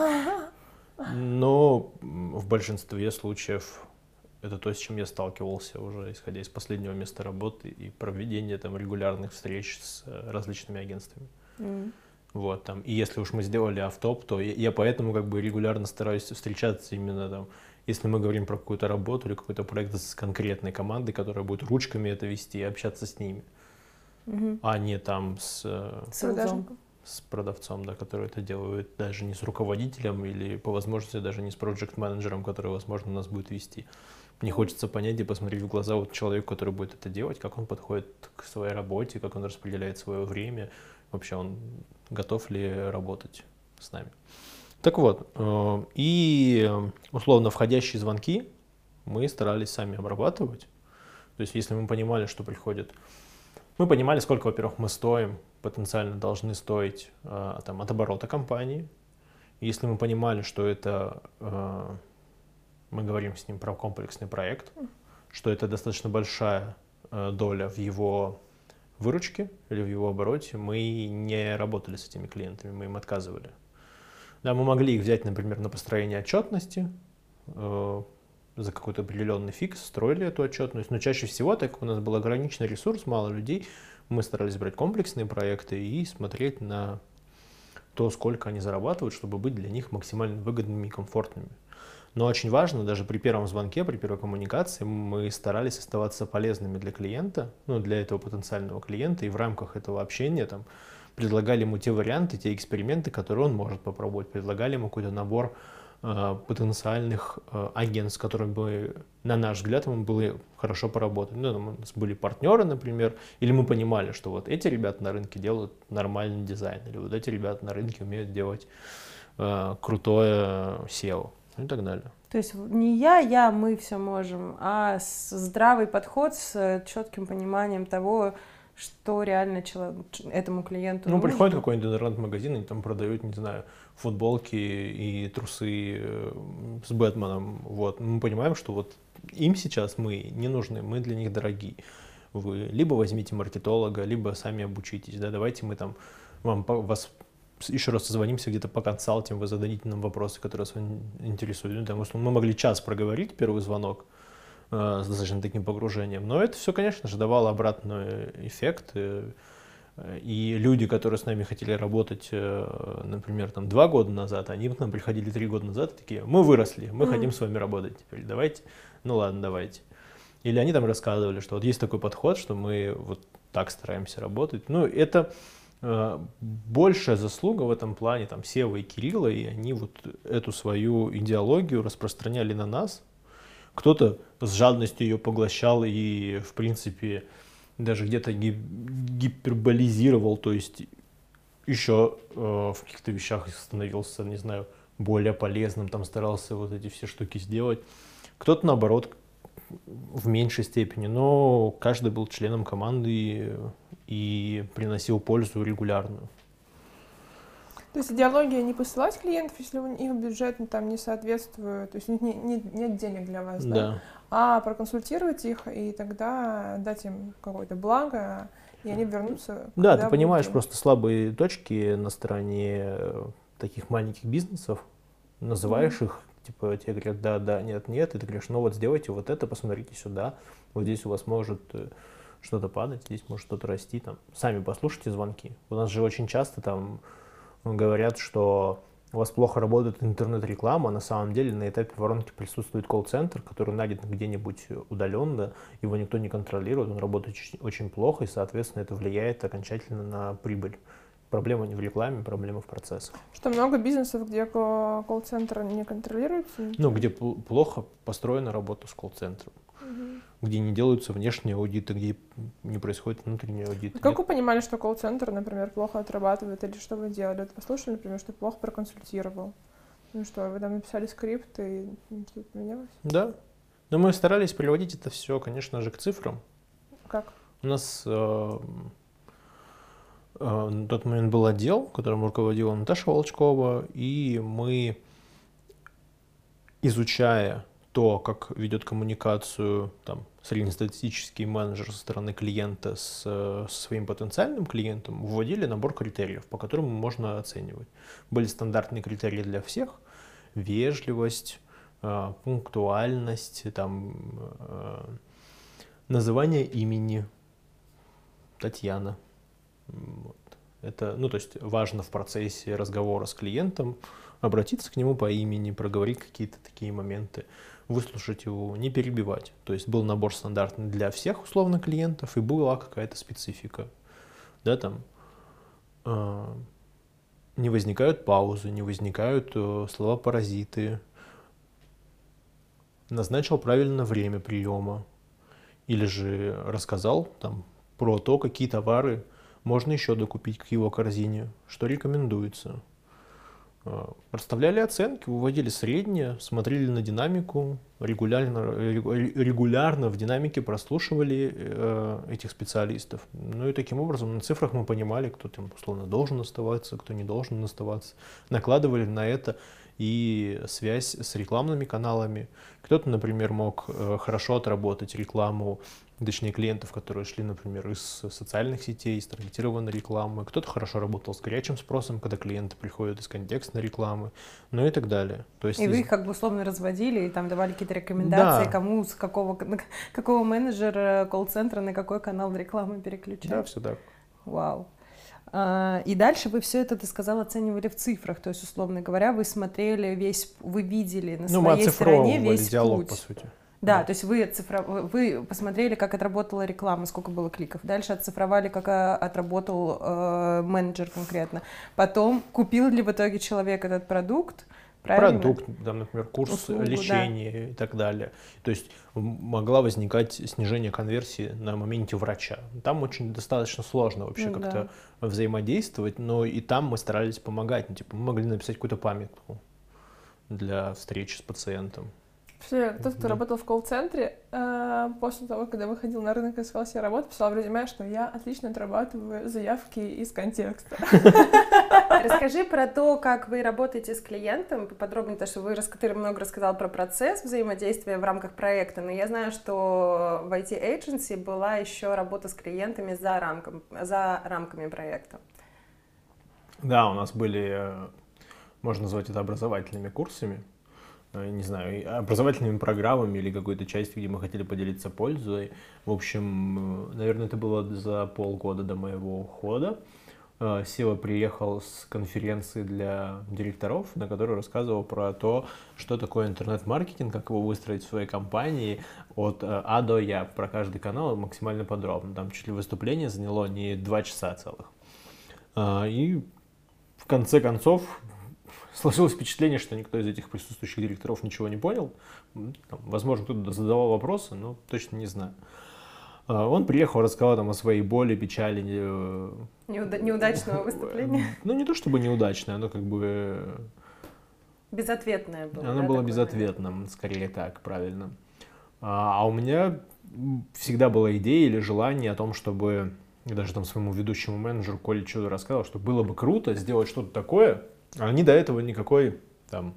Speaker 2: Но в большинстве случаев это то, с чем я сталкивался уже, исходя из последнего места работы и проведения там регулярных встреч с различными агентствами. Mm. Вот, там. И если уж мы сделали автоп, то я, я поэтому как бы регулярно стараюсь встречаться именно там, если мы говорим про какую-то работу или какой-то проект с конкретной командой, которая будет ручками это вести и общаться с ними, mm-hmm. а не там с,
Speaker 3: с продавцом.
Speaker 2: с продавцом, да, который это делает, даже не с руководителем или по возможности даже не с проект-менеджером, который, возможно, нас будет вести. Мне хочется понять и посмотреть в глаза вот человеку, который будет это делать, как он подходит к своей работе, как он распределяет свое время, вообще он готов ли работать с нами. Так вот, и условно входящие звонки мы старались сами обрабатывать. То есть если мы понимали, что приходит, мы понимали, сколько, во-первых, мы стоим, потенциально должны стоить там, от оборота компании. Если мы понимали, что это, мы говорим с ним про комплексный проект, что это достаточно большая доля в его выручке или в его обороте, мы не работали с этими клиентами, мы им отказывали. Да, мы могли их взять, например, на построение отчетности э, за какой-то определенный фикс, строили эту отчетность, но чаще всего, так как у нас был ограниченный ресурс, мало людей, мы старались брать комплексные проекты и смотреть на то, сколько они зарабатывают, чтобы быть для них максимально выгодными и комфортными. Но очень важно, даже при первом звонке, при первой коммуникации мы старались оставаться полезными для клиента, ну, для этого потенциального клиента, и в рамках этого общения там, предлагали ему те варианты, те эксперименты, которые он может попробовать, предлагали ему какой-то набор э, потенциальных э, агентств, с которыми бы, на наш взгляд, ему было хорошо поработать. Ну, там у нас были партнеры, например, или мы понимали, что вот эти ребята на рынке делают нормальный дизайн, или вот эти ребята на рынке умеют делать э, крутое сео. И так далее.
Speaker 3: То есть не я, я, мы все можем, а здравый подход с четким пониманием того, что реально человек, этому клиенту
Speaker 2: Ну,
Speaker 3: нужно.
Speaker 2: приходит какой-нибудь интернет-магазин, они там продают, не знаю, футболки и трусы с Бэтменом. Вот. Мы понимаем, что вот им сейчас мы не нужны, мы для них дорогие. Вы либо возьмите маркетолога, либо сами обучитесь. Да? Давайте мы там вам вас еще раз созвонимся где-то по консалтим, вы зададите нам вопросы, которые вас интересуют. Ну, там, мы могли час проговорить первый звонок э, с достаточно таким погружением, но это все, конечно же, давало обратный эффект. И, и люди, которые с нами хотели работать, э, например, там, два года назад, они к нам приходили три года назад и такие: мы выросли, мы mm-hmm. хотим с вами работать теперь, давайте. Ну ладно, давайте. Или они там рассказывали, что вот есть такой подход, что мы вот так стараемся работать. Ну, это большая заслуга в этом плане там Севы и Кирилла, и они вот эту свою идеологию распространяли на нас. Кто-то с жадностью ее поглощал и, в принципе, даже где-то гиперболизировал, то есть еще э, в каких-то вещах становился, не знаю, более полезным, там старался вот эти все штуки сделать. Кто-то, наоборот, в меньшей степени, но каждый был членом команды и, и приносил пользу регулярную.
Speaker 1: То есть идеология не посылать клиентов, если их бюджет там не соответствует, то есть не, не, нет денег для вас, да.
Speaker 2: Да,
Speaker 1: а проконсультировать их и тогда дать им какое-то благо, и они вернутся.
Speaker 2: Да, ты понимаешь будете. Просто слабые точки на стороне таких маленьких бизнесов, называешь mm-hmm. их, типа тебе говорят да, да, нет, нет, и ты говоришь: ну вот сделайте вот это, посмотрите сюда, вот здесь у вас может что-то падать, здесь может что-то расти, там, сами послушайте звонки. У нас же очень часто там говорят, что у вас плохо работает интернет-реклама, а на самом деле на этапе воронки присутствует колл-центр, который найден где-нибудь удаленно, его никто не контролирует, он работает очень плохо, и, соответственно, это влияет окончательно на прибыль. Проблема не в рекламе, проблема в процессах.
Speaker 1: Что много бизнесов, где колл-центр не контролируется?
Speaker 2: Ну, где плохо построена работа с колл-центром, угу. где не делаются внешние аудиты, где не происходит внутренний аудит.
Speaker 1: А как вы понимали, что колл-центр, например, плохо отрабатывает, или что вы делали? Вы послушали, например, что плохо проконсультировал? Ну что, вы там написали скрипт, и что-то поменялось?
Speaker 2: Да. Но мы старались приводить это все, конечно же, к цифрам.
Speaker 1: Как?
Speaker 2: У нас э, э, на тот момент был отдел, которым руководила Наташа Волчкова, и мы, изучая то, как ведет коммуникацию там, среднестатистический менеджер со стороны клиента с, со своим потенциальным клиентом, вводили набор критериев, по которым можно оценивать. Были стандартные критерии для всех: вежливость, э, пунктуальность, там, э, называние имени, Татьяна. Вот. Это, ну, то есть важно в процессе разговора с клиентом обратиться к нему по имени, проговорить какие-то такие моменты, выслушать его, не перебивать. То есть был набор стандартный для всех условно клиентов, и была какая-то специфика. Да, там э, не возникают паузы, не возникают э, слова-паразиты. Назначил правильно время приема. Или же рассказал там про то, какие товары можно еще докупить к его корзине, что рекомендуется. Расставляли оценки, выводили средние, смотрели на динамику, регулярно, регулярно в динамике прослушивали э, этих специалистов. Ну и таким образом на цифрах мы понимали, кто там условно должен оставаться, кто не должен оставаться. Накладывали на это и связь с рекламными каналами. Кто-то, например, мог э, хорошо отработать рекламу, точнее клиентов, которые шли, например, из социальных сетей, из таргетированной рекламы. Кто-то хорошо работал с горячим спросом, когда клиенты приходят из контекстной рекламы, ну и так далее. То есть
Speaker 3: и
Speaker 2: из...
Speaker 3: вы их как бы условно разводили и там давали какие-то рекомендации, да. кому, с какого, какого менеджера колл-центра на какой канал рекламы переключать?
Speaker 2: Да, все так.
Speaker 3: Вау. И дальше вы все это, ты сказал, оценивали в цифрах, то есть, условно говоря, вы смотрели весь, вы видели на
Speaker 2: ну,
Speaker 3: своей стороне
Speaker 2: мы
Speaker 3: весь
Speaker 2: диалог,
Speaker 3: путь.
Speaker 2: по сути.
Speaker 3: Да, да, то есть вы, цифро... вы посмотрели, как отработала реклама, сколько было кликов. Дальше оцифровали, как отработал э, менеджер конкретно. Потом, купил ли в итоге человек этот продукт, правильно?
Speaker 2: Продукт, там, например, курс Услугу, лечения, да, и так далее. То есть могла возникать снижение конверсии на моменте врача. Там очень достаточно сложно вообще ну, как-то да. взаимодействовать, но и там мы старались помогать. Ну, типа, мы могли написать какую-то памятку для встречи с пациентом.
Speaker 1: Все, тот, кто да. работал в колл-центре, э, после того, когда выходил на рынок и искал себе работу, писал в резюме, что я отлично отрабатываю заявки из контекста.
Speaker 3: Расскажи про то, как вы работаете с клиентом, поподробнее, потому что вы ты много рассказал про процесс взаимодействия в рамках проекта, но я знаю, что в ай ти-agency была еще работа с клиентами за, рамком, за рамками проекта.
Speaker 2: Да, у нас были, можно назвать это образовательными курсами, не знаю, образовательными программами или какой-то частью, где мы хотели поделиться пользой. В общем, наверное, это было за полгода до моего ухода. Сева приехал с конференции для директоров, на которой рассказывал про то, что такое интернет-маркетинг, как его выстроить в своей компании от А до Я, про каждый канал максимально подробно. Там чуть ли выступление заняло не два часа целых. И в конце концов сложилось впечатление, что никто из этих присутствующих директоров ничего не понял. Там, возможно, кто-то задавал вопросы, но точно не знаю. Он приехал, рассказал там о своей боли, печали.
Speaker 3: Неуда- неудачного выступления?
Speaker 2: Ну, не то чтобы неудачное, оно как бы...
Speaker 3: Безответное было.
Speaker 2: Оно
Speaker 3: да,
Speaker 2: было безответным, скорее так, правильно. А, а у меня всегда была идея или желание о том, чтобы... Я даже там своему ведущему менеджеру Коле что-то рассказал, что было бы круто сделать что-то такое. А они до этого никакой там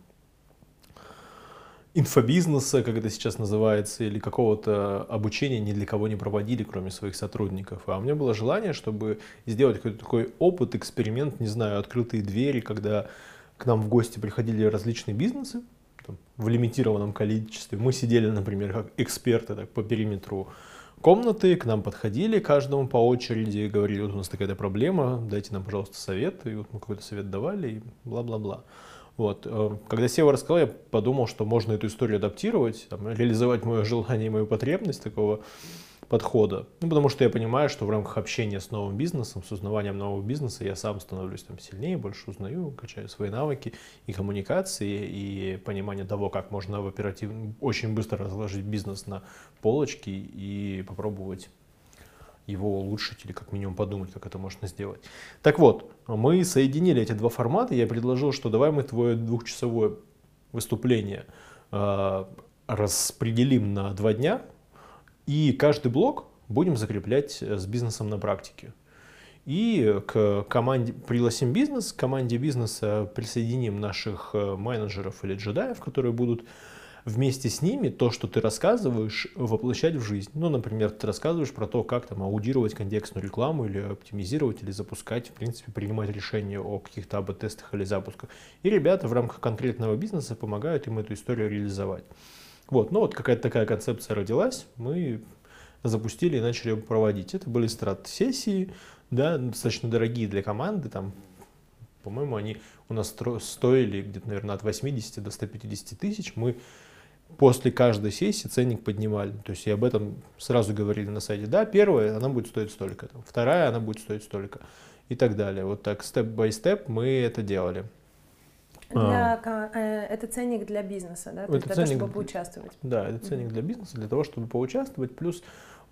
Speaker 2: инфобизнеса, как это сейчас называется, или какого-то обучения ни для кого не проводили, кроме своих сотрудников. А у меня было желание, чтобы сделать какой-то такой опыт, эксперимент, не знаю, открытые двери, когда к нам в гости приходили различные бизнесы там, в лимитированном количестве. Мы сидели, например, как эксперты так, по периметру комнаты, к нам подходили каждому по очереди, говорили, вот у нас такая-то проблема, дайте нам, пожалуйста, совет. И вот мы какой-то совет давали, и бла-бла-бла. Вот. Когда Сева рассказал, я подумал, что можно эту историю адаптировать, там, реализовать мое желание и мою потребность такого подхода. Ну, потому что я понимаю, что в рамках общения с новым бизнесом, с узнаванием нового бизнеса, я сам становлюсь там сильнее, больше узнаю, качаю свои навыки и коммуникации, и понимание того, как можно в оперативно, очень быстро разложить бизнес на полочки и попробовать его улучшить или как минимум подумать, как это можно сделать. Так вот, мы соединили эти два формата. Я предложил, что давай мы твое двухчасовое выступление э, распределим на два дня, и каждый блок будем закреплять с бизнесом на практике. И к команде пригласим бизнес, к команде бизнеса присоединим наших менеджеров или джедаев, которые будут вместе с ними то, что ты рассказываешь, воплощать в жизнь. Ну, например, ты рассказываешь про то, как там аудировать контекстную рекламу или оптимизировать, или запускать, в принципе, принимать решения о каких-то эй би тестах или запусках. И ребята в рамках конкретного бизнеса помогают им эту историю реализовать. Вот, ну вот какая-то такая концепция родилась, мы запустили и начали ее проводить. Это были страт-сессии, да, достаточно дорогие для команды, там, по-моему, они у нас стоили где-то, наверное, от восьмидесяти до ста пятидесяти тысяч. Мы после каждой сессии ценник поднимали. То есть и об этом сразу говорили на сайте. Да, первая, она будет стоить столько, там, вторая, она будет стоить столько и так далее. Вот так, степ-бай-степ мы это делали.
Speaker 3: Для, а, это ценник для бизнеса, да? То есть для того, чтобы поучаствовать.
Speaker 2: Да, это ценник mm-hmm. для бизнеса, для того, чтобы поучаствовать. Плюс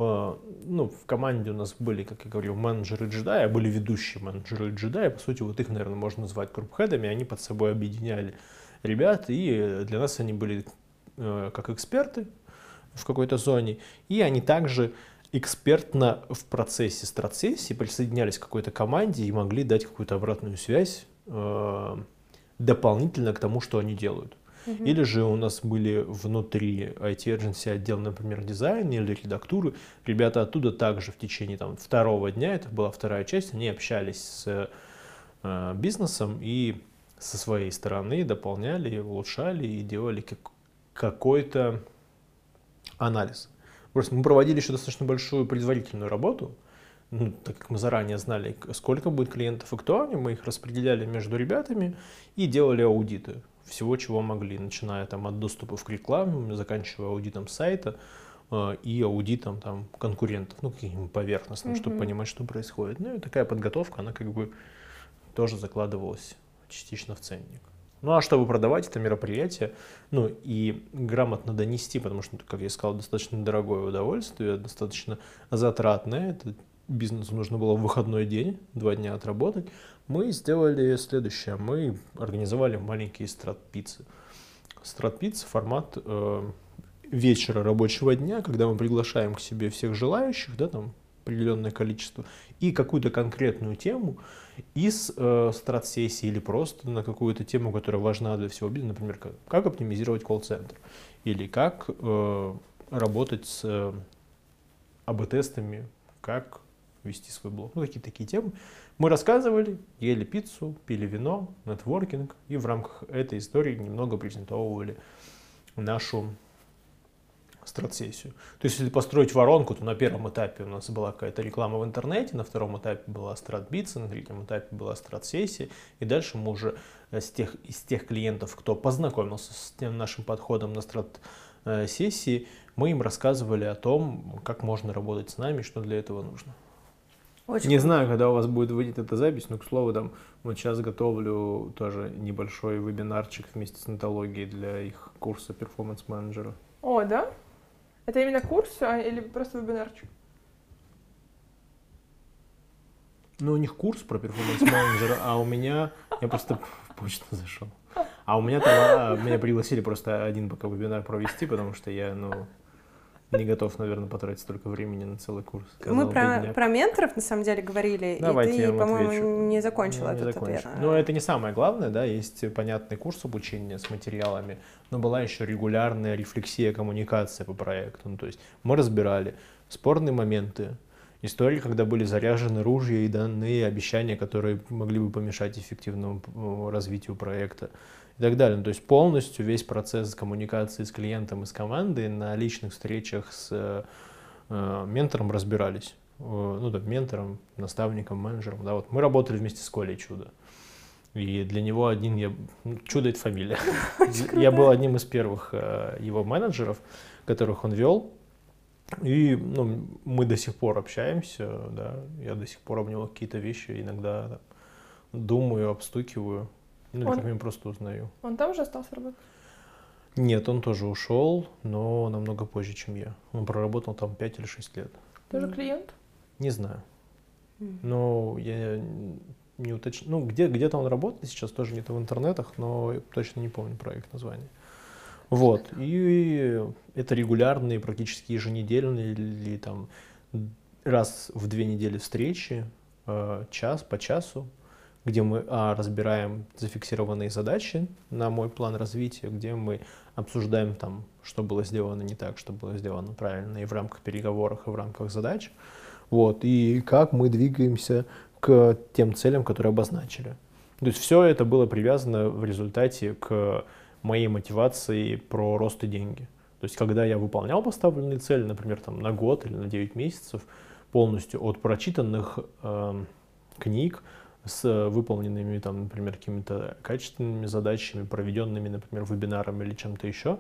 Speaker 2: ну, в команде у нас были, как я говорил, менеджеры джедаи, были ведущие менеджеры джедаи. По сути, вот их, наверное, можно назвать групп-хедами. Они под собой объединяли ребят, и для нас они были э, как эксперты в какой-то зоне. И они также экспертно в процессе страт-сессии присоединялись к какой-то команде и могли дать какую-то обратную связь э, дополнительно к тому, что они делают. Uh-huh. Или же у нас были внутри ай ти-agency отдел, например, дизайна или редактуры. Ребята оттуда также в течение там, второго дня, это была вторая часть, они общались с э, бизнесом и со своей стороны дополняли, улучшали и делали как, какой-то анализ. Просто мы проводили еще достаточно большую предварительную работу ну, так как мы заранее знали, сколько будет клиентов и кто они, мы их распределяли между ребятами и делали аудиты всего, чего могли, начиная там от доступов к рекламе, заканчивая аудитом сайта э, и аудитом там конкурентов, ну, каким-нибудь поверхностным, mm-hmm. чтобы понимать, что происходит. Ну, и такая подготовка, она как бы тоже закладывалась частично в ценник. Ну, а чтобы продавать это мероприятие, ну, и грамотно донести, потому что, как я сказал, достаточно дорогое удовольствие, достаточно затратное, это бизнесу нужно было в выходной день, два дня отработать, мы сделали следующее. Мы организовали маленькие страт-пиццы. Страт-пицца — формат э, вечера рабочего дня, когда мы приглашаем к себе всех желающих, да, там определенное количество, и какую-то конкретную тему из э, страт-сессии или просто на какую-то тему, которая важна для всего бизнеса, например, как, как оптимизировать колл-центр, или как э, работать с э, эй би-тестами, как вести свой блог, ну, какие-то такие темы. Мы рассказывали, ели пиццу, пили вино, нетворкинг, и в рамках этой истории немного презентовывали нашу страт-сессию. То есть, если построить воронку, то на первом этапе у нас была какая-то реклама в интернете, на втором этапе была страт-битса, на третьем этапе была страт-сессия, и дальше мы уже с тех, из тех клиентов, кто познакомился с тем нашим подходом на страт-сессии, мы им рассказывали о том, как можно работать с нами, что для этого нужно. Очень Не круто. Знаю, когда у вас будет выйти эта запись, но, к слову, там, вот сейчас готовлю тоже небольшой вебинарчик вместе с Нетологией для их курса перформанс-менеджера.
Speaker 1: О, да? Это именно курс а, или просто вебинарчик?
Speaker 2: Ну, у них курс про перформанс-менеджера, а у меня... Я просто в почту зашел. А у меня там... Меня пригласили просто один пока вебинар провести, потому что я, ну... Не готов, наверное, потратить столько времени на целый курс.
Speaker 3: Мы про, про менторов, на самом деле, говорили, Давайте и ты, по-моему, не закончил
Speaker 2: не,
Speaker 3: этот
Speaker 2: не
Speaker 3: ответ.
Speaker 2: Но это не самое главное, да, есть понятный курс обучения с материалами, но была еще регулярная рефлексия, коммуникация по проекту. Ну, то есть мы разбирали спорные моменты, истории, когда были заряжены ружья и данные обещания, которые могли бы помешать эффективному развитию проекта. И так далее. Ну, то есть полностью весь процесс коммуникации с клиентом и с командой на личных встречах с э, ментором разбирались. Э, ну да, ментором, наставником, менеджером. Да, вот мы работали вместе с Колей Чудо. И для него один я... Ну, Чудо — это фамилия. Я был одним из первых э, его менеджеров, которых он вел. И ну, мы до сих пор общаемся. Да. Я до сих пор об него какие-то вещи иногда да, думаю, обстукиваю. Ну,
Speaker 1: он,
Speaker 2: как я просто узнаю.
Speaker 1: Он там же остался работать?
Speaker 2: Нет, он тоже ушел, но намного позже, чем я. Он проработал там пять или шесть лет.
Speaker 1: Тоже mm. клиент?
Speaker 2: Не знаю. Mm. Но я не уточнил. Ну, где, где-то он работает сейчас, тоже где-то в интернетах, но я точно не помню проект название. Вот. И это регулярные, практически еженедельные или там раз в две недели встречи, час по часу, где мы а, разбираем зафиксированные задачи на мой план развития, где мы обсуждаем, там, что было сделано не так, что было сделано правильно, и в рамках переговоров, и в рамках задач, вот, и как мы двигаемся к тем целям, которые обозначили. То есть все это было привязано в результате к моей мотивации про рост и деньги. То есть когда я выполнял поставленные цели, например, там, на год или на девять месяцев, полностью от прочитанных э, книг, с выполненными, там, например, какими-то качественными задачами, проведенными, например, вебинарами или чем-то еще,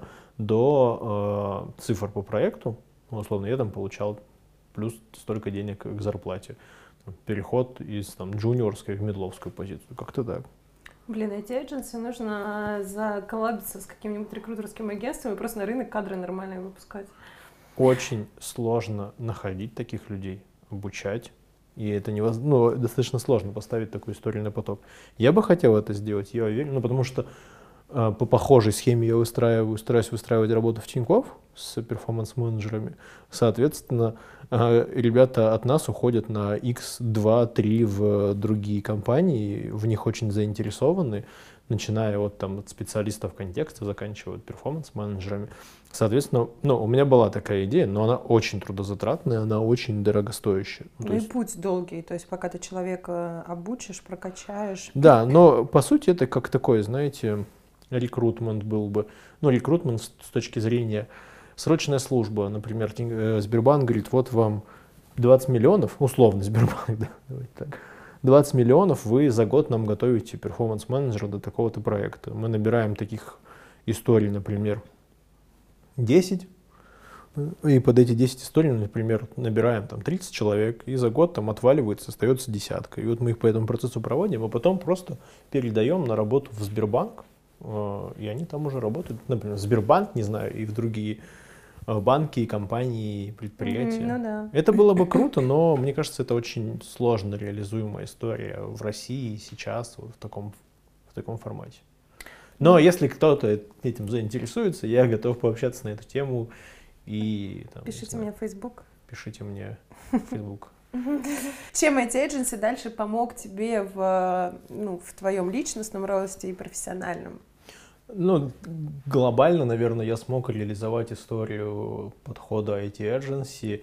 Speaker 2: до э, цифр по проекту, ну, условно, я там получал плюс столько денег к зарплате. Там, переход из там, джуниорской в медловскую позицию, как-то так.
Speaker 3: Блин, эти эйдженси нужно заколлабиться с каким-нибудь рекрутерским агентством и просто на рынок кадры нормальные выпускать.
Speaker 2: Очень сложно находить таких людей, обучать. И это невозможно, ну, достаточно сложно поставить такую историю на поток. Я бы хотел это сделать, я уверен, ну, потому что э, по похожей схеме я выстраиваю, стараюсь выстраивать работу в Тинькофф с перформанс-менеджерами. Соответственно, э, ребята от нас уходят на икс два три в другие компании, в них очень заинтересованы, начиная от, там, от специалистов контекста, заканчивая перформанс-менеджерами. Соответственно, ну, у меня была такая идея, но она очень трудозатратная, она очень дорогостоящая.
Speaker 3: Ну, ну и есть... путь долгий, то есть пока ты человека обучишь, прокачаешь.
Speaker 2: Да, но по сути это как такой, знаете, рекрутмент был бы. Ну, рекрутмент с точки зрения срочная служба. Например, Сбербанк говорит, вот вам двадцать миллионов, условно, Сбербанк, да, давайте так, двадцать миллионов вы за год нам готовите перформанс-менеджера до такого-то проекта. Мы набираем таких историй, например, десять, и под эти десять историй, например, набираем там тридцать человек, и за год там отваливается, остается десятка. И вот мы их по этому процессу проводим, а потом просто передаем на работу в Сбербанк, и они там уже работают, например, в Сбербанк, не знаю, и в другие банки, компании, предприятия.
Speaker 3: Mm-hmm, ну да.
Speaker 2: Это было бы круто, но мне кажется, это очень сложно реализуемая история в России сейчас вот в таком, в таком формате. Но mm-hmm. если кто-то этим заинтересуется, я готов пообщаться на эту тему. И, там,
Speaker 3: пишите мне в Facebook.
Speaker 2: Пишите мне в Facebook.
Speaker 3: Чем ай ти-эйдженси дальше помог тебе в, ну, в твоем личностном росте и профессиональном?
Speaker 2: Ну, глобально, наверное, я смог реализовать историю подхода ай ти-эйдженси,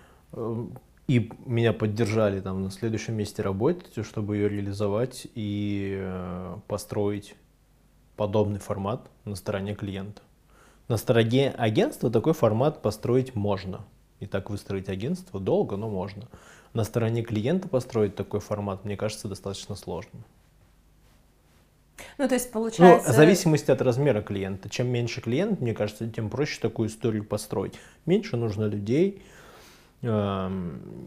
Speaker 2: и меня поддержали там на следующем месте работать, чтобы ее реализовать и построить подобный формат на стороне клиента. На стороне агентства такой формат построить можно. И так выстроить агентство долго, но можно. На стороне клиента построить такой формат, мне кажется, достаточно сложно.
Speaker 3: Ну, то есть получается...
Speaker 2: Ну, в зависимости от размера клиента. Чем меньше клиент, мне кажется, тем проще такую историю построить. Меньше нужно людей, эм,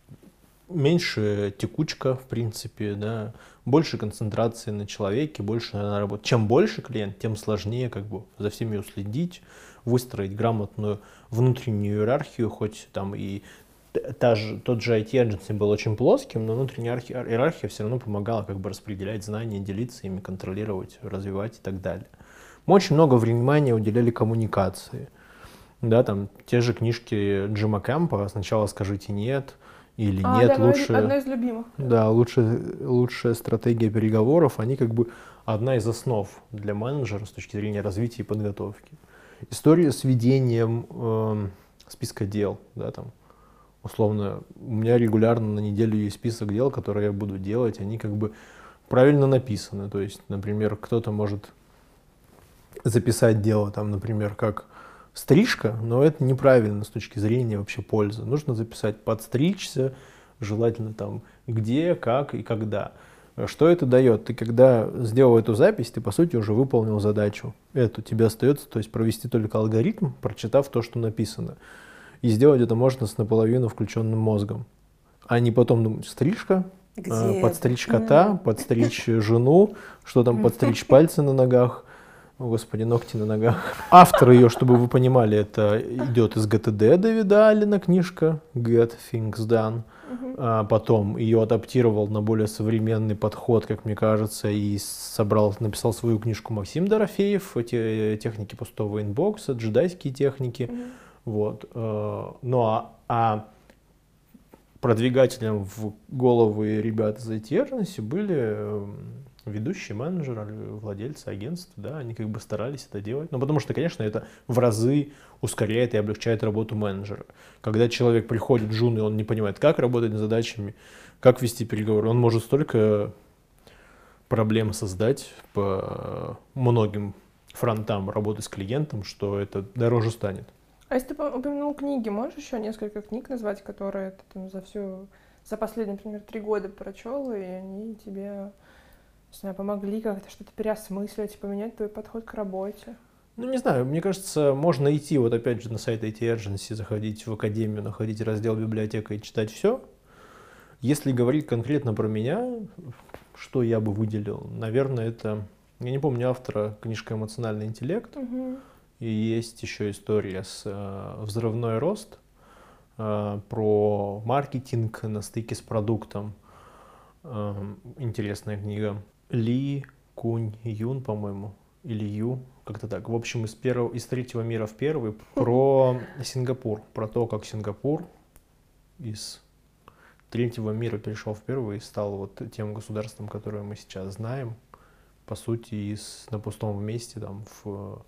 Speaker 2: меньше текучка, в принципе, да, больше концентрации на человеке, больше на работе. Чем больше клиент, тем сложнее как бы за всеми уследить, выстроить грамотную внутреннюю иерархию, хоть там и та же, тот же ай ти-agency был очень плоским, но внутренняя иерархия все равно помогала как бы распределять знания, делиться ими, контролировать, развивать и так далее. Мы очень много внимания уделяли коммуникации. Да, там те же книжки Джима Кэмпа «Сначала скажите нет», или
Speaker 1: а,
Speaker 2: нет,
Speaker 1: да,
Speaker 2: лучше...
Speaker 1: Одна из любимых.
Speaker 2: Да, лучше, лучшая стратегия переговоров, они как бы одна из основ для менеджера с точки зрения развития и подготовки. История с ведением э, списка дел, да, там, условно, у меня регулярно на неделю есть список дел, которые я буду делать, они как бы правильно написаны, то есть, например, кто-то может записать дело, там, например, как стрижка, но это неправильно с точки зрения вообще пользы. Нужно записать подстричься, желательно там где, как и когда. Что это дает? Ты когда сделал эту запись, ты по сути уже выполнил задачу. Эту тебе остается, то есть провести только алгоритм, прочитав то, что написано. И сделать это можно с наполовину включенным мозгом. А не потом думать, стрижка,
Speaker 3: где
Speaker 2: подстричь кота, подстричь жену, что там подстричь пальцы на ногах. О, Господи, ногти на ногах. Автор ее, чтобы вы понимали, это идет из джи ти ди Дэвида Аллена книжка Get Things Done. Uh-huh. А потом ее адаптировал на более современный подход, как мне кажется, и собрал, написал свою книжку Максим Дорофеев, эти техники пустого инбокса, джедайские техники. Uh-huh. Вот. Ну а, а продвигателем в головы ребят из ай ти-agency были ведущие менеджеры, владельцы агентств, да, они как бы старались это делать. Ну, потому что, конечно, это в разы ускоряет и облегчает работу менеджера. Когда человек приходит джун, и он не понимает, как работать над задачами, как вести переговоры, он может столько проблем создать по многим фронтам работы с клиентом, что это дороже станет.
Speaker 1: А если ты упомянул книги, можешь еще несколько книг назвать, которые ты там за всю, за последние, например, три года прочел, и они тебе... Не знаю, помогли как-то что-то переосмыслить, поменять твой подход к работе?
Speaker 2: Ну, не знаю, мне кажется, можно идти, вот опять же, на сайт ай ти-agency, заходить в академию, находить раздел библиотека и читать все. Если говорить конкретно про меня, что я бы выделил, наверное, это, я не помню автора, книжка «Эмоциональный интеллект», угу. И есть еще история с э, «Взрывной рост», э, про маркетинг на стыке с продуктом. Э, интересная книга. Ли Кунь Юн, по-моему, или Ю, как-то так. В общем, из, первого, из третьего мира в первый, про Сингапур, про то, как Сингапур из третьего мира перешел в первый и стал вот тем государством, которое мы сейчас знаем, по сути, из, на пустом месте там в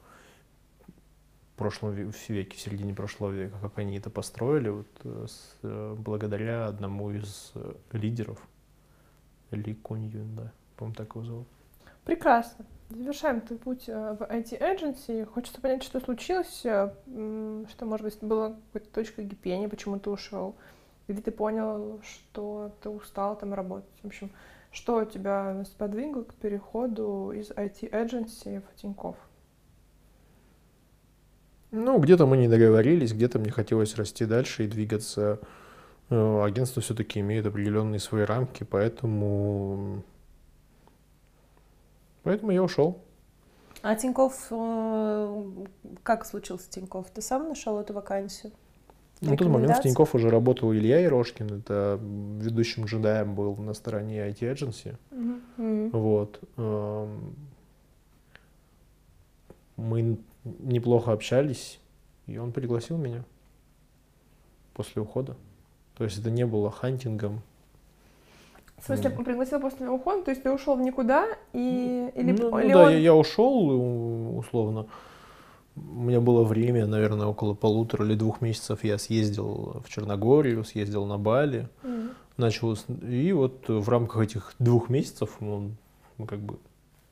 Speaker 2: прошлом веке, в середине прошлого века, как они это построили, вот, с, благодаря одному из лидеров, Ли Кунь Юн, да. По-моему, так его зовут.
Speaker 1: Прекрасно. Завершаем твой путь в ай ти-agency. Хочется понять, что случилось, что, может быть, была какой-то точка кипения, почему ты ушел. Или ты понял, что ты устал там работать? В общем, что тебя сподвигло к переходу из ай ти-agency в Тинькофф?
Speaker 2: Ну, где-то мы не договорились, где-то мне хотелось расти дальше и двигаться. Агентство все-таки имеет определенные свои рамки, поэтому, поэтому я ушел.
Speaker 3: А Тинькофф, э, как случился Тинькофф? Ты сам нашел эту вакансию?
Speaker 2: На тот момент в Тинькофф уже работал Илья Ерошкин, это ведущим джедаем был на стороне ай ти-agency.
Speaker 3: Mm-hmm.
Speaker 2: Вот. Мы неплохо общались, и он пригласил меня после ухода. То есть это не было хантингом.
Speaker 1: В смысле, он пригласил после ухода? То есть ты ушел в никуда и... Или,
Speaker 2: ну,
Speaker 1: или
Speaker 2: ну да,
Speaker 1: он...
Speaker 2: я, я ушел условно. У меня было время, наверное, около полутора или двух месяцев. Я съездил в Черногорию, съездил на Бали.
Speaker 1: Mm.
Speaker 2: Начал, и вот в рамках этих двух месяцев он, мы как бы...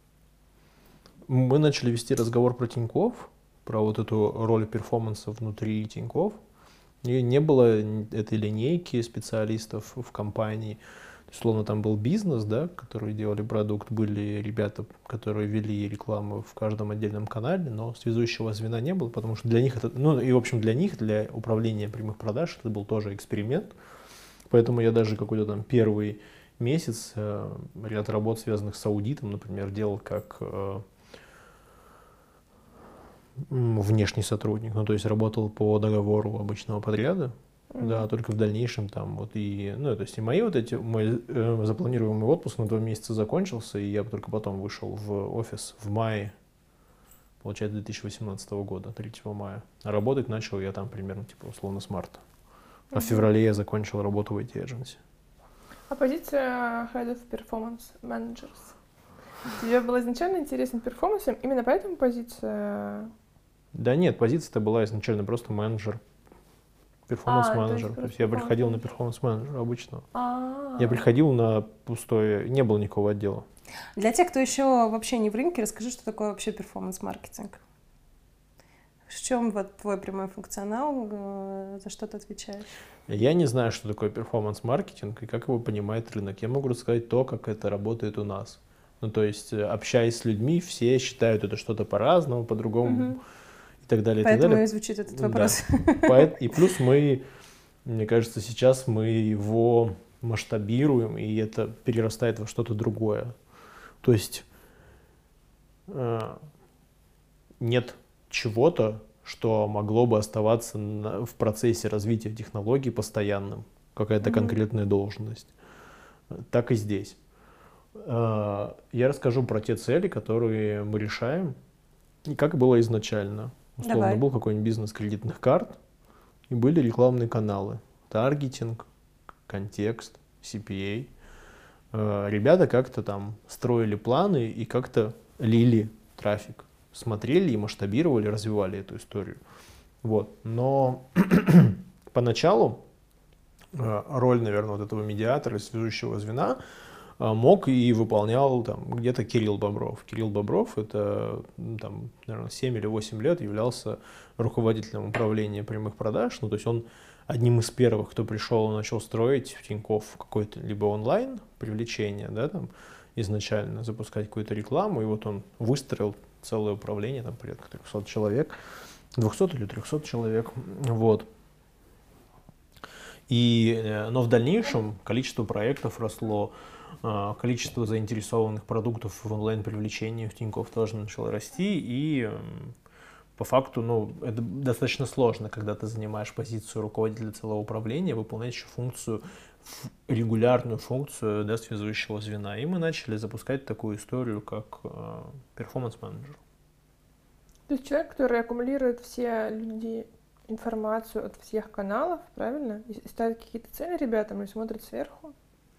Speaker 2: Мы начали вести разговор про Тинькофф, про вот эту роль перформанса внутри Тинькофф. И не было этой линейки специалистов в компании. Условно, там был бизнес, да, которые делали продукт, были ребята, которые вели рекламу в каждом отдельном канале, но связующего звена не было, потому что для них это, ну и в общем для них, для управления прямых продаж, это был тоже эксперимент. Поэтому я даже какой-то там первый месяц э, ряд работ, связанных с аудитом, например, делал как э, внешний сотрудник, ну то есть работал по договору обычного подряда. Mm-hmm. Да, только в дальнейшем там вот и, ну, то есть и мои вот эти, мой э, запланируемый отпуск на два месяца закончился, и я только потом вышел в офис в мае, получается, две тысячи восемнадцатого года, третьего мая. А работать начал я там примерно, типа, условно, с марта. А mm-hmm. в феврале я закончил работу в ай ти-agency.
Speaker 1: А позиция Head of Performance Managers? Тебе было изначально интересен перформансом, именно поэтому позиция?
Speaker 2: Да нет, позиция-то была изначально просто менеджер. Перформанс-менеджер. А, то, то есть я приходил на перформанс-менеджера обычно. А-а-а. Я приходил на пустое, не было никакого отдела.
Speaker 3: Для тех, кто еще вообще не в рынке, расскажи, что такое вообще перформанс-маркетинг. В чем вот твой прямой функционал, за что ты отвечаешь?
Speaker 2: Я не знаю, что такое перформанс-маркетинг и как его понимает рынок. Я могу рассказать то, как это работает у нас. Ну, то есть, общаясь с людьми, все считают это что-то по-разному, по-другому. Угу. И так далее,
Speaker 3: Поэтому
Speaker 2: и так далее.
Speaker 3: и звучит этот вопрос.
Speaker 2: Да. И плюс мы, мне кажется, сейчас мы его масштабируем, и это перерастает во что-то другое. То есть э, нет чего-то, что могло бы оставаться на, в процессе развития технологий постоянным, какая-то mm-hmm. конкретная должность. Так и здесь. Э, я расскажу про те цели, которые мы решаем, и как было изначально. Условно, Давай. Был какой-нибудь бизнес кредитных карт, и были рекламные каналы. Таргетинг, контекст, си пи эй. Э, ребята как-то там строили планы и как-то лили трафик. Смотрели и масштабировали, развивали эту историю. Вот. Но поначалу э, роль, наверное, вот этого медиатора, связующего звена, мог и выполнял там где-то Кирилл Бобров. Кирилл Бобров это там, наверное, семь или восемь лет являлся руководителем управления прямых продаж. Ну, то есть он одним из первых, кто пришел и начал строить в Тинькофф какой-то либо онлайн привлечение, да, там изначально запускать какую-то рекламу, и вот он выстроил целое управление, там порядка трехсот человек, двухсот или трехсот человек, вот. И, но в дальнейшем количество проектов росло, количество заинтересованных продуктов в онлайн-привлечении в Тинькофф тоже начало расти, и по факту, ну, это достаточно сложно, когда ты занимаешь позицию руководителя целого управления, выполнять еще функцию, регулярную функцию, да, связующего звена. И мы начали запускать такую историю, как э, перформанс-менеджер.
Speaker 1: То есть человек, который аккумулирует все люди информацию от всех каналов, правильно? И ставит какие-то цели ребятам и смотрит сверху?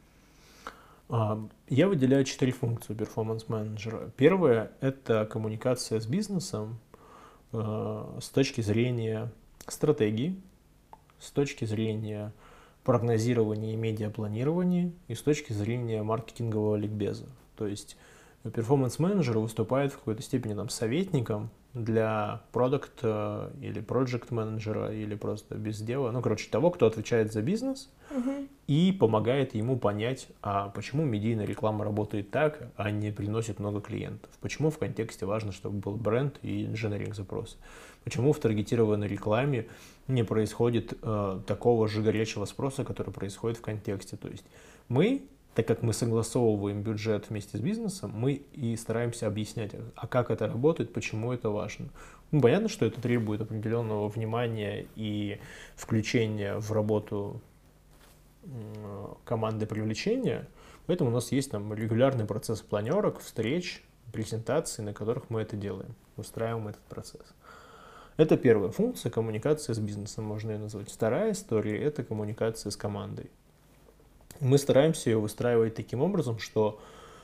Speaker 2: Я выделяю четыре функции перформанс-менеджера. Первая – это коммуникация с бизнесом э, с точки зрения стратегии, с точки зрения прогнозирования и медиапланирования и с точки зрения маркетингового ликбеза. То есть перформанс-менеджер выступает в какой-то степени там советником для продукт или проект-менеджера или просто бездела, ну, короче, того, кто отвечает за бизнес
Speaker 1: Мгм.
Speaker 2: и помогает ему понять, а почему медийная реклама работает так, а не приносит много клиентов, почему в контексте важно, чтобы был бренд и инженеринг запрос, почему в таргетированной рекламе не происходит э, такого же горячего спроса, который происходит в контексте. То есть мы, так как мы согласовываем бюджет вместе с бизнесом, мы и стараемся объяснять, а как это работает, почему это важно. Ну, понятно, что это требует определенного внимания и включения в работу команды привлечения, поэтому у нас есть там регулярный процесс планерок, встреч, презентаций, на которых мы это делаем, устраиваем этот процесс. Это первая функция, коммуникация с бизнесом, можно ее назвать. Вторая история – это коммуникация с командой. Мы стараемся ее выстраивать таким образом, что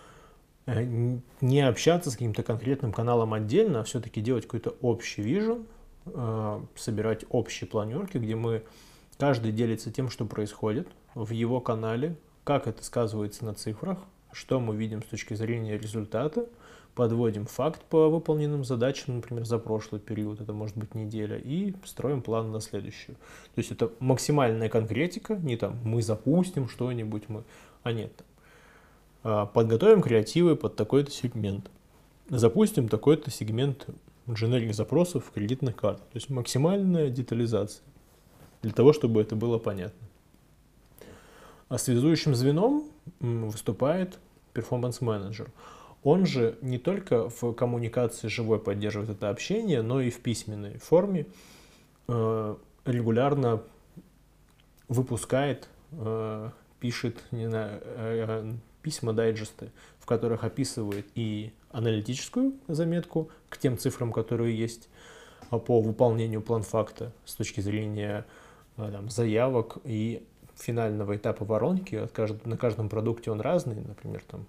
Speaker 2: не общаться с каким-то конкретным каналом отдельно, а все-таки делать какой-то общий вижен, собирать общие планерки, где мы каждый делится тем, что происходит в его канале, как это сказывается на цифрах, что мы видим с точки зрения результата, подводим факт по выполненным задачам, например, за прошлый период, это может быть неделя, и строим план на следующую. То есть это максимальная конкретика, не там мы запустим что-нибудь, мы, а нет. Подготовим креативы под такой-то сегмент, запустим такой-то сегмент инженерных запросов кредитных карт. То есть максимальная детализация для того, чтобы это было понятно. А связующим звеном выступает перформанс-менеджер. Он же не только в коммуникации живой поддерживает это общение, но и в письменной форме э, регулярно выпускает, э, пишет не знаю, э, письма, дайджесты, в которых описывает и аналитическую заметку к тем цифрам, которые есть по выполнению план-факта с точки зрения э, там, заявок и финального этапа воронки. От кажд... На каждом продукте он разный, например, там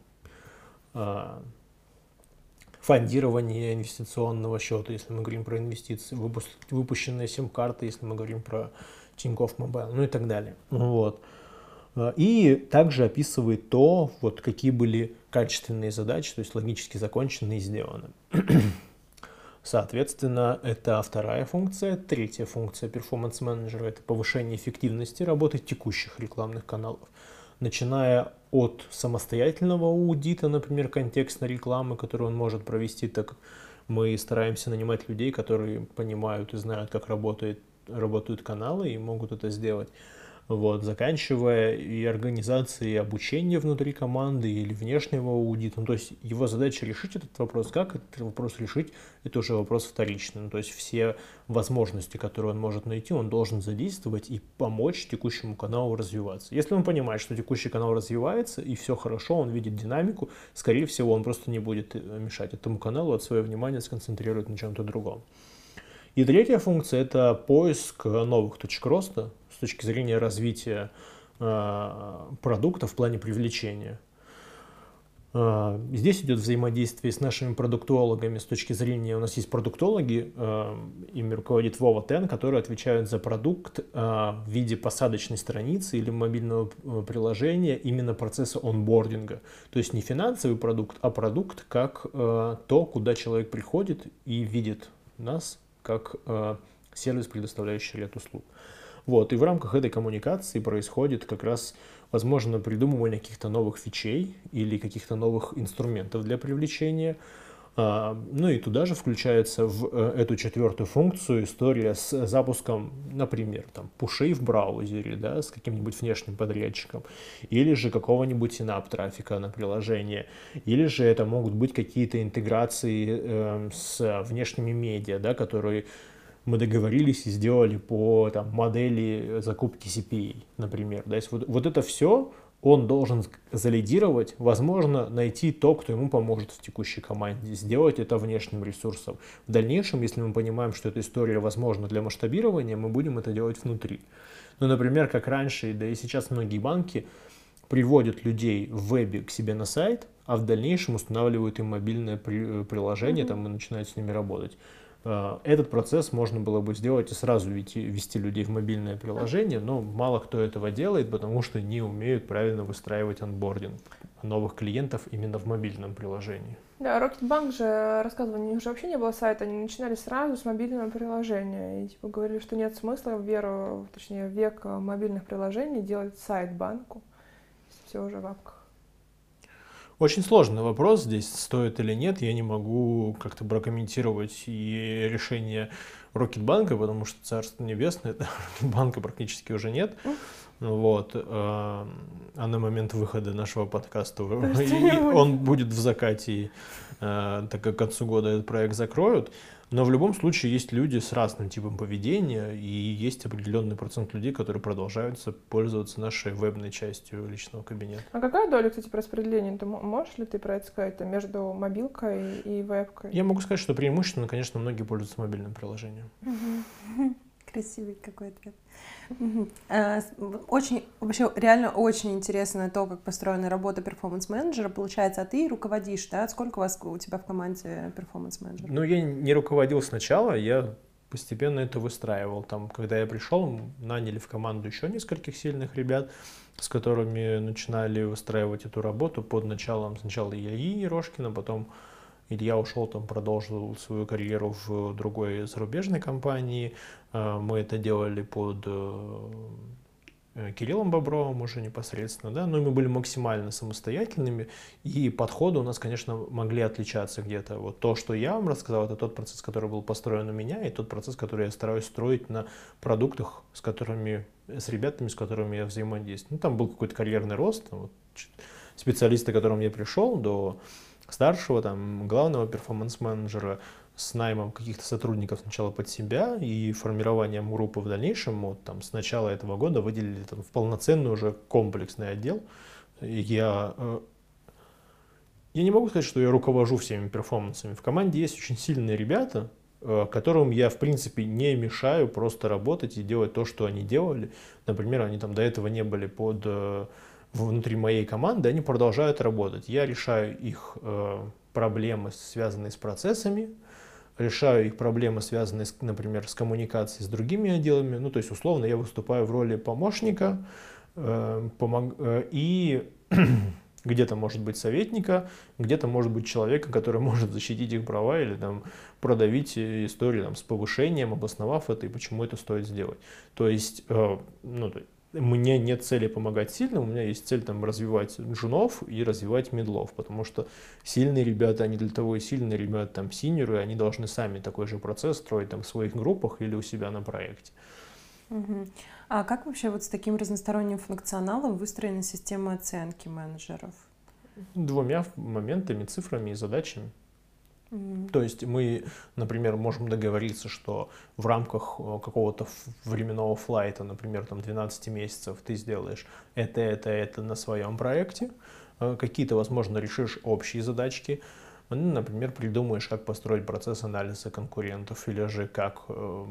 Speaker 2: фондирование инвестиционного счета, если мы говорим про инвестиции, выпуск, выпущенные сим-карты, если мы говорим про Тинькофф Мобайл, ну и так далее. Вот. И также описывает то, вот, какие были качественные задачи, то есть логически законченные и сделаны. Соответственно, это вторая функция. Третья функция перформанс-менеджера – это повышение эффективности работы текущих рекламных каналов. Начиная от самостоятельного аудита, например, контекстной рекламы, которую он может провести, так мы стараемся нанимать людей, которые понимают и знают, как работает, работают каналы и могут это сделать. Вот, заканчивая и организацией обучения внутри команды или внешнего аудита. Ну, то есть его задача решить этот вопрос. Как этот вопрос решить, это уже вопрос вторичный. Ну, то есть все возможности, которые он может найти, он должен задействовать и помочь текущему каналу развиваться. Если он понимает, что текущий канал развивается и все хорошо, он видит динамику, скорее всего, он просто не будет мешать этому каналу, от своего внимания сконцентрирует на чем-то другом. И третья функция – это поиск новых точек роста с точки зрения развития э, продукта в плане привлечения. Э, здесь идет взаимодействие с нашими продуктологами с точки зрения, у нас есть продуктологи, э, ими руководит Вова Тен, которые отвечают за продукт э, в виде посадочной страницы или мобильного приложения, именно процесса онбординга. То есть не финансовый продукт, а продукт как э, то, куда человек приходит и видит нас как э, сервис, предоставляющий ряд услуг. Вот, и в рамках этой коммуникации происходит как раз, возможно, придумывание каких-то новых фичей или каких-то новых инструментов для привлечения. А, ну и туда же включается в э, эту четвертую функцию история с запуском, например, там, пушей в браузере, да, с каким-нибудь внешним подрядчиком, или же какого-нибудь синап-трафика на приложение, или же это могут быть какие-то интеграции э, с внешними медиа, да, которые мы договорились и сделали по там, модели закупки си пи эй, например. Да, вот, вот это все он должен залидировать, возможно, найти то, кто ему поможет в текущей команде, сделать это внешним ресурсом. В дальнейшем, если мы понимаем, что эта история возможна для масштабирования, мы будем это делать внутри. Ну, например, как раньше, да и сейчас многие банки приводят людей в вебе к себе на сайт, а в дальнейшем устанавливают им мобильное при, приложение, mm-hmm. там, и начинают с ними работать. Этот процесс можно было бы сделать и сразу вести, вести людей в мобильное приложение, но мало кто этого делает, потому что не умеют правильно выстраивать онбординг новых клиентов именно в мобильном приложении.
Speaker 1: Да, Рокетбанк же рассказывал, у них же вообще не было сайта, они начинали сразу с мобильного приложения. И типа говорили, что нет смысла в веру, точнее, в век мобильных приложений делать сайт банку, если все уже в апках.
Speaker 2: Очень сложный вопрос здесь, стоит или нет, я не могу как-то прокомментировать и решение Рокетбанка, потому что Царство Небесное, Рокетбанка практически уже нет. Вот. А на момент выхода нашего подкаста он будет в закате, так как к концу года этот проект закроют. Но в любом случае есть люди с разным типом поведения, и есть определенный процент людей, которые продолжают пользоваться нашей вебной частью личного кабинета.
Speaker 1: А какая доля, кстати, по распределению? Ты можешь ли ты про это сказать, между мобилкой и вебкой?
Speaker 2: Я могу сказать, что преимущественно, конечно, многие пользуются мобильным приложением.
Speaker 3: Красивый какой ответ. Очень, вообще, реально очень интересно то, как построена работа перформанс-менеджера. Получается, а ты руководишь, да? Сколько у вас у тебя в команде перформанс-менеджеров?
Speaker 2: Ну, я не руководил сначала, я постепенно это выстраивал. Там, когда я пришел, наняли в команду еще нескольких сильных ребят, с которыми начинали выстраивать эту работу под началом сначала Ильи Ерошкина, потом Илья ушел, там продолжил свою карьеру в другой зарубежной компании. Мы это делали под Кириллом Бобровым уже непосредственно, да, но мы были максимально самостоятельными, и подходы у нас, конечно, могли отличаться где-то. Вот то, что я вам рассказал, это тот процесс, который был построен у меня, и тот процесс, который я стараюсь строить на продуктах, с которыми, с ребятами, с которыми я взаимодействую. Ну, там был какой-то карьерный рост, вот, специалисты, к которым я пришел, до старшего, там, главного перформанс-менеджера, с наймом каких-то сотрудников сначала под себя и формированием группы в дальнейшем. Вот, там, с начала этого года выделили там, в полноценный уже комплексный отдел. Я, э, я не могу сказать, что я руковожу всеми перформансами. В команде есть очень сильные ребята, э, которым я, в принципе, не мешаю просто работать и делать то, что они делали. Например, они там до этого не были под... Э, внутри моей команды, они продолжают работать. Я решаю их э, проблемы, связанные с процессами, решаю их проблемы, связанные, с, например, с коммуникацией с другими отделами. Ну, то есть, условно, я выступаю в роли помощника э, помог, э, и где-то может быть советника, где-то может быть человека, который может защитить их права или там, продавить историю там, с повышением, обосновав это и почему это стоит сделать. То есть, э, ну, мне нет цели помогать сильным, у меня есть цель там, развивать джунов и развивать мидлов, потому что сильные ребята, они для того и сильные ребята, там, синьоры, они должны сами такой же процесс строить там, в своих группах или у себя на проекте.
Speaker 3: Угу. А как вообще вот с таким разносторонним функционалом выстроена система оценки менеджеров?
Speaker 2: Двумя моментами, цифрами и задачами.
Speaker 3: Mm-hmm.
Speaker 2: То есть мы, например, можем договориться, что в рамках какого-то временного флайта, например, там двенадцать месяцев, ты сделаешь это, это, это на своем проекте. Какие-то, возможно, решишь общие задачки. Ну, например, придумаешь, как построить процесс анализа конкурентов или же как э,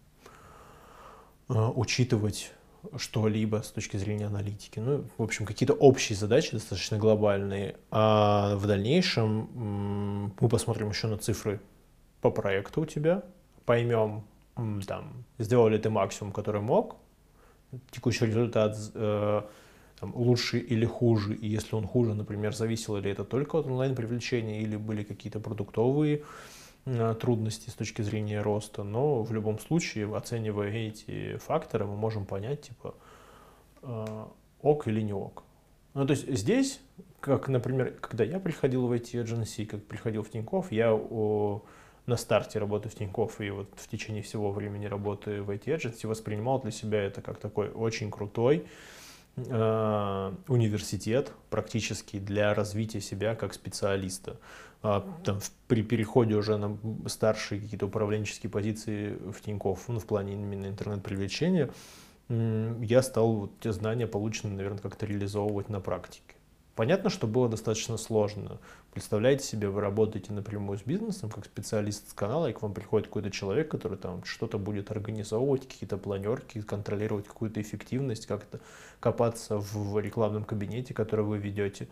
Speaker 2: э, учитывать что-либо с точки зрения аналитики. Ну, в общем, какие-то общие задачи достаточно глобальные. А в дальнейшем мы посмотрим еще на цифры по проекту у тебя, поймем, там, сделал ли ты максимум, который мог, текущий результат э, там, лучше или хуже, и если он хуже, например, зависело ли это только от онлайн-привлечения или были какие-то продуктовые трудности с точки зрения роста, но в любом случае, оценивая эти факторы, мы можем понять, типа, э, ок или не ок. Ну, то есть здесь, как, например, когда я приходил в ай ти-agency, как приходил в Тинькофф, я о, на старте работы в Тинькофф и вот в течение всего времени работы в ай ти-agency воспринимал для себя это как такой очень крутой э, университет практически для развития себя как специалиста. А, там, при переходе уже на старшие какие-то управленческие позиции в Тинькофф, ну, в плане именно интернет-привлечения, я стал вот те знания, полученные, наверное, как-то реализовывать на практике. Понятно, что было достаточно сложно. Представляете себе, вы работаете напрямую с бизнесом, как специалист с канала, и к вам приходит какой-то человек, который там что-то будет организовывать, какие-то планерки, контролировать какую-то эффективность, как-то копаться в рекламном кабинете, который вы ведете.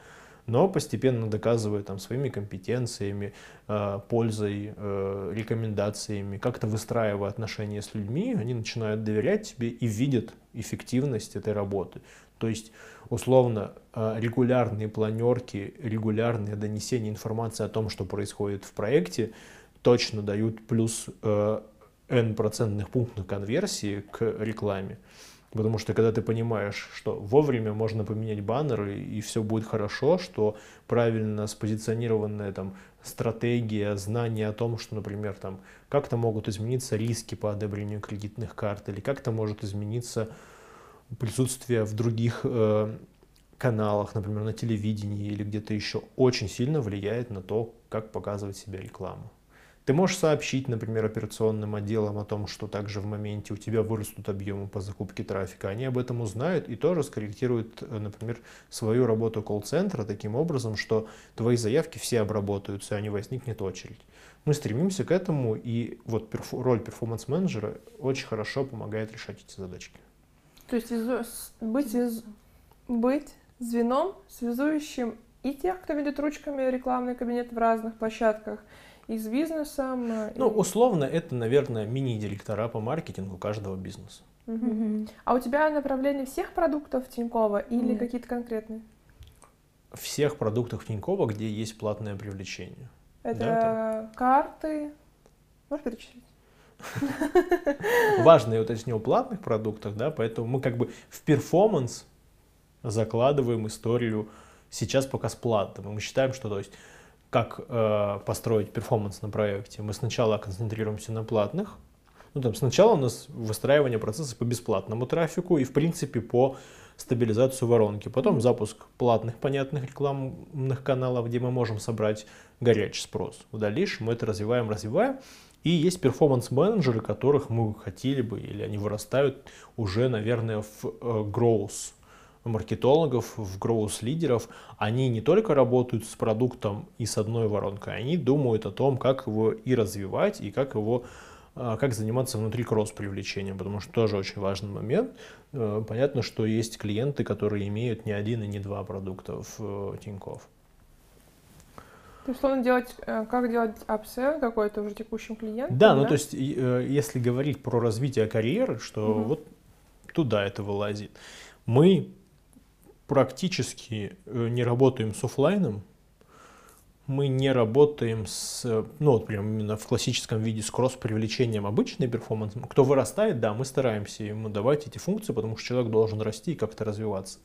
Speaker 2: но постепенно доказывая там своими компетенциями, пользой, рекомендациями, как-то выстраивая отношения с людьми, они начинают доверять тебе и видят эффективность этой работы. То есть, условно, регулярные планерки, регулярные донесения информации о том, что происходит в проекте, точно дают плюс N процентных пунктов конверсии к рекламе. Потому что когда ты понимаешь, что вовремя можно поменять баннеры и все будет хорошо, что правильно спозиционированная там стратегия, знание о том, что, например, там как-то могут измениться риски по одобрению кредитных карт, или как-то может измениться присутствие в других э, каналах, например, на телевидении или где-то еще, очень сильно влияет на то, как показывать себя рекламу. Ты можешь сообщить, например, операционным отделам о том, что также в моменте у тебя вырастут объемы по закупке трафика. Они об этом узнают и тоже скорректируют, например, свою работу колл-центра таким образом, что твои заявки все обработаются, а не возникнет очередь. Мы стремимся к этому, и вот перфо- роль перформанс-менеджера очень хорошо помогает решать эти задачки.
Speaker 1: То есть из- быть, из- быть звеном, связующим и тех, кто ведет ручками рекламный кабинет в разных площадках, и с бизнесом.
Speaker 2: Ну,
Speaker 1: и...
Speaker 2: условно, это, наверное, мини-директора по маркетингу каждого бизнеса.
Speaker 1: Угу.
Speaker 3: Мгм.
Speaker 1: А у тебя направление всех продуктов Тинькова или
Speaker 3: Нет.
Speaker 1: какие-то конкретные?
Speaker 2: Всех продуктов Тинькова, где есть платное привлечение.
Speaker 1: Это
Speaker 2: Да,
Speaker 1: карты. Можешь перечислить?
Speaker 2: Важно, я уточню, о платных продуктах, да, поэтому мы как бы в перформанс закладываем историю сейчас пока с платным. И мы считаем, что, то есть, как э, построить перформанс на проекте. Мы сначала концентрируемся на платных. Ну, там, сначала у нас выстраивание процесса по бесплатному трафику и, в принципе, по стабилизацию воронки. Потом запуск платных, понятных рекламных каналов, где мы можем собрать горячий спрос. В дальнейшем мы это развиваем, развиваем. И есть перформанс-менеджеры, которых мы хотели бы, или они вырастают уже, наверное, в э, growth маркетологов, в growth-лидеров. Они не только работают с продуктом и с одной воронкой, они думают о том, как его и развивать, и как его как заниматься внутри кросс-привлечением, потому что тоже очень важный момент. Понятно, что есть клиенты, которые имеют не один и не два продукта в Тинькофф.
Speaker 1: То есть, условно, делать, как делать апсейл какой-то уже текущим клиентам?
Speaker 2: Да, ну то есть, если говорить про развитие карьеры, что
Speaker 1: Угу.
Speaker 2: вот туда это вылазит. Мы практически не работаем с офлайном, мы не работаем с, ну вот прям именно в классическом виде с кросс-привлечением обычный перформанс. Кто вырастает, да, мы стараемся ему давать эти функции, потому что человек должен расти и как-то развиваться.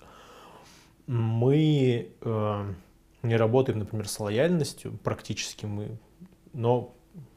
Speaker 2: Мы э, не работаем, например, с лояльностью, практически мы, но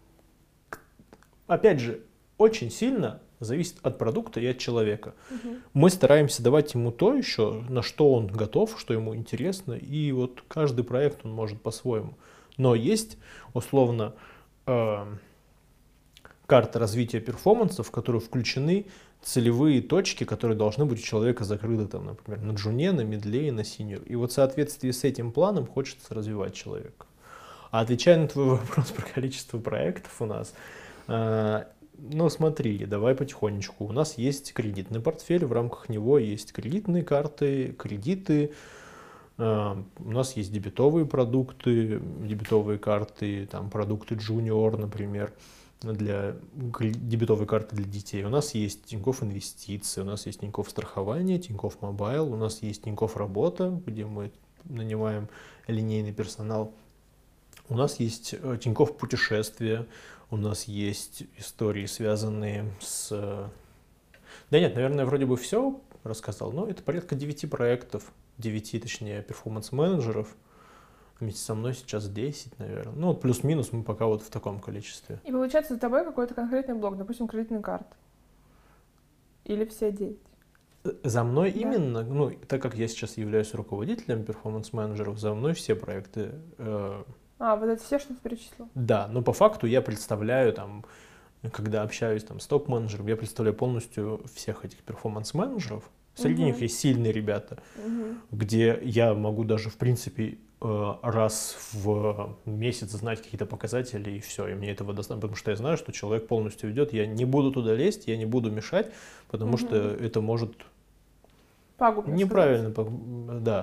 Speaker 2: опять же, очень сильно зависит от продукта и от человека.
Speaker 1: Угу.
Speaker 2: Мы стараемся давать ему то еще, на что он готов, что ему интересно, и вот каждый проект он может по-своему. Но есть, условно, э, карта развития перформанса, в которую включены целевые точки, которые должны быть у человека закрыты, там, например, на джуне, на мидле и на синьор. И вот в соответствии с этим планом хочется развивать человека. А отвечая на твой вопрос про количество проектов у нас, э, ну, смотри, давай потихонечку. У нас есть кредитный портфель, в рамках него есть кредитные карты, кредиты, uh, у нас есть дебетовые продукты, дебетовые карты, там, продукты Junior, например, для дебетовой карты для детей. У нас есть Тинькофф Инвестиции, у нас есть Тинькофф Страхование, Тинькофф Мобайл, у нас есть Тинькофф Работа, где мы нанимаем линейный персонал. У нас есть Тинькофф Путешествия, у нас есть истории, связанные с... Да нет, наверное, вроде бы все рассказал, но это порядка девяти проектов, девяти, точнее, перформанс-менеджеров. Вместе со мной сейчас десять, наверное. Ну, плюс-минус мы пока вот в таком количестве.
Speaker 1: И получается за тобой какой-то конкретный блок, допустим, кредитные карты. Или все девять?
Speaker 2: За мной
Speaker 1: Да.
Speaker 2: именно, ну, так как я сейчас являюсь руководителем перформанс-менеджеров, за мной все проекты... Э,
Speaker 1: А, вот это все, что ты перечислил?
Speaker 2: Да, но по факту я представляю, там, когда общаюсь там, с топ-менеджером, я представляю полностью всех этих перформанс-менеджеров. Среди
Speaker 1: Мгм.
Speaker 2: них есть сильные ребята,
Speaker 1: Угу.
Speaker 2: где я могу даже, в принципе, раз в месяц знать какие-то показатели, и все, и мне этого достаточно, потому что я знаю, что человек полностью идет, я не буду туда лезть, я не буду мешать, потому
Speaker 1: Мгм.
Speaker 2: что это может
Speaker 1: Пагубно
Speaker 2: неправильно, по- да.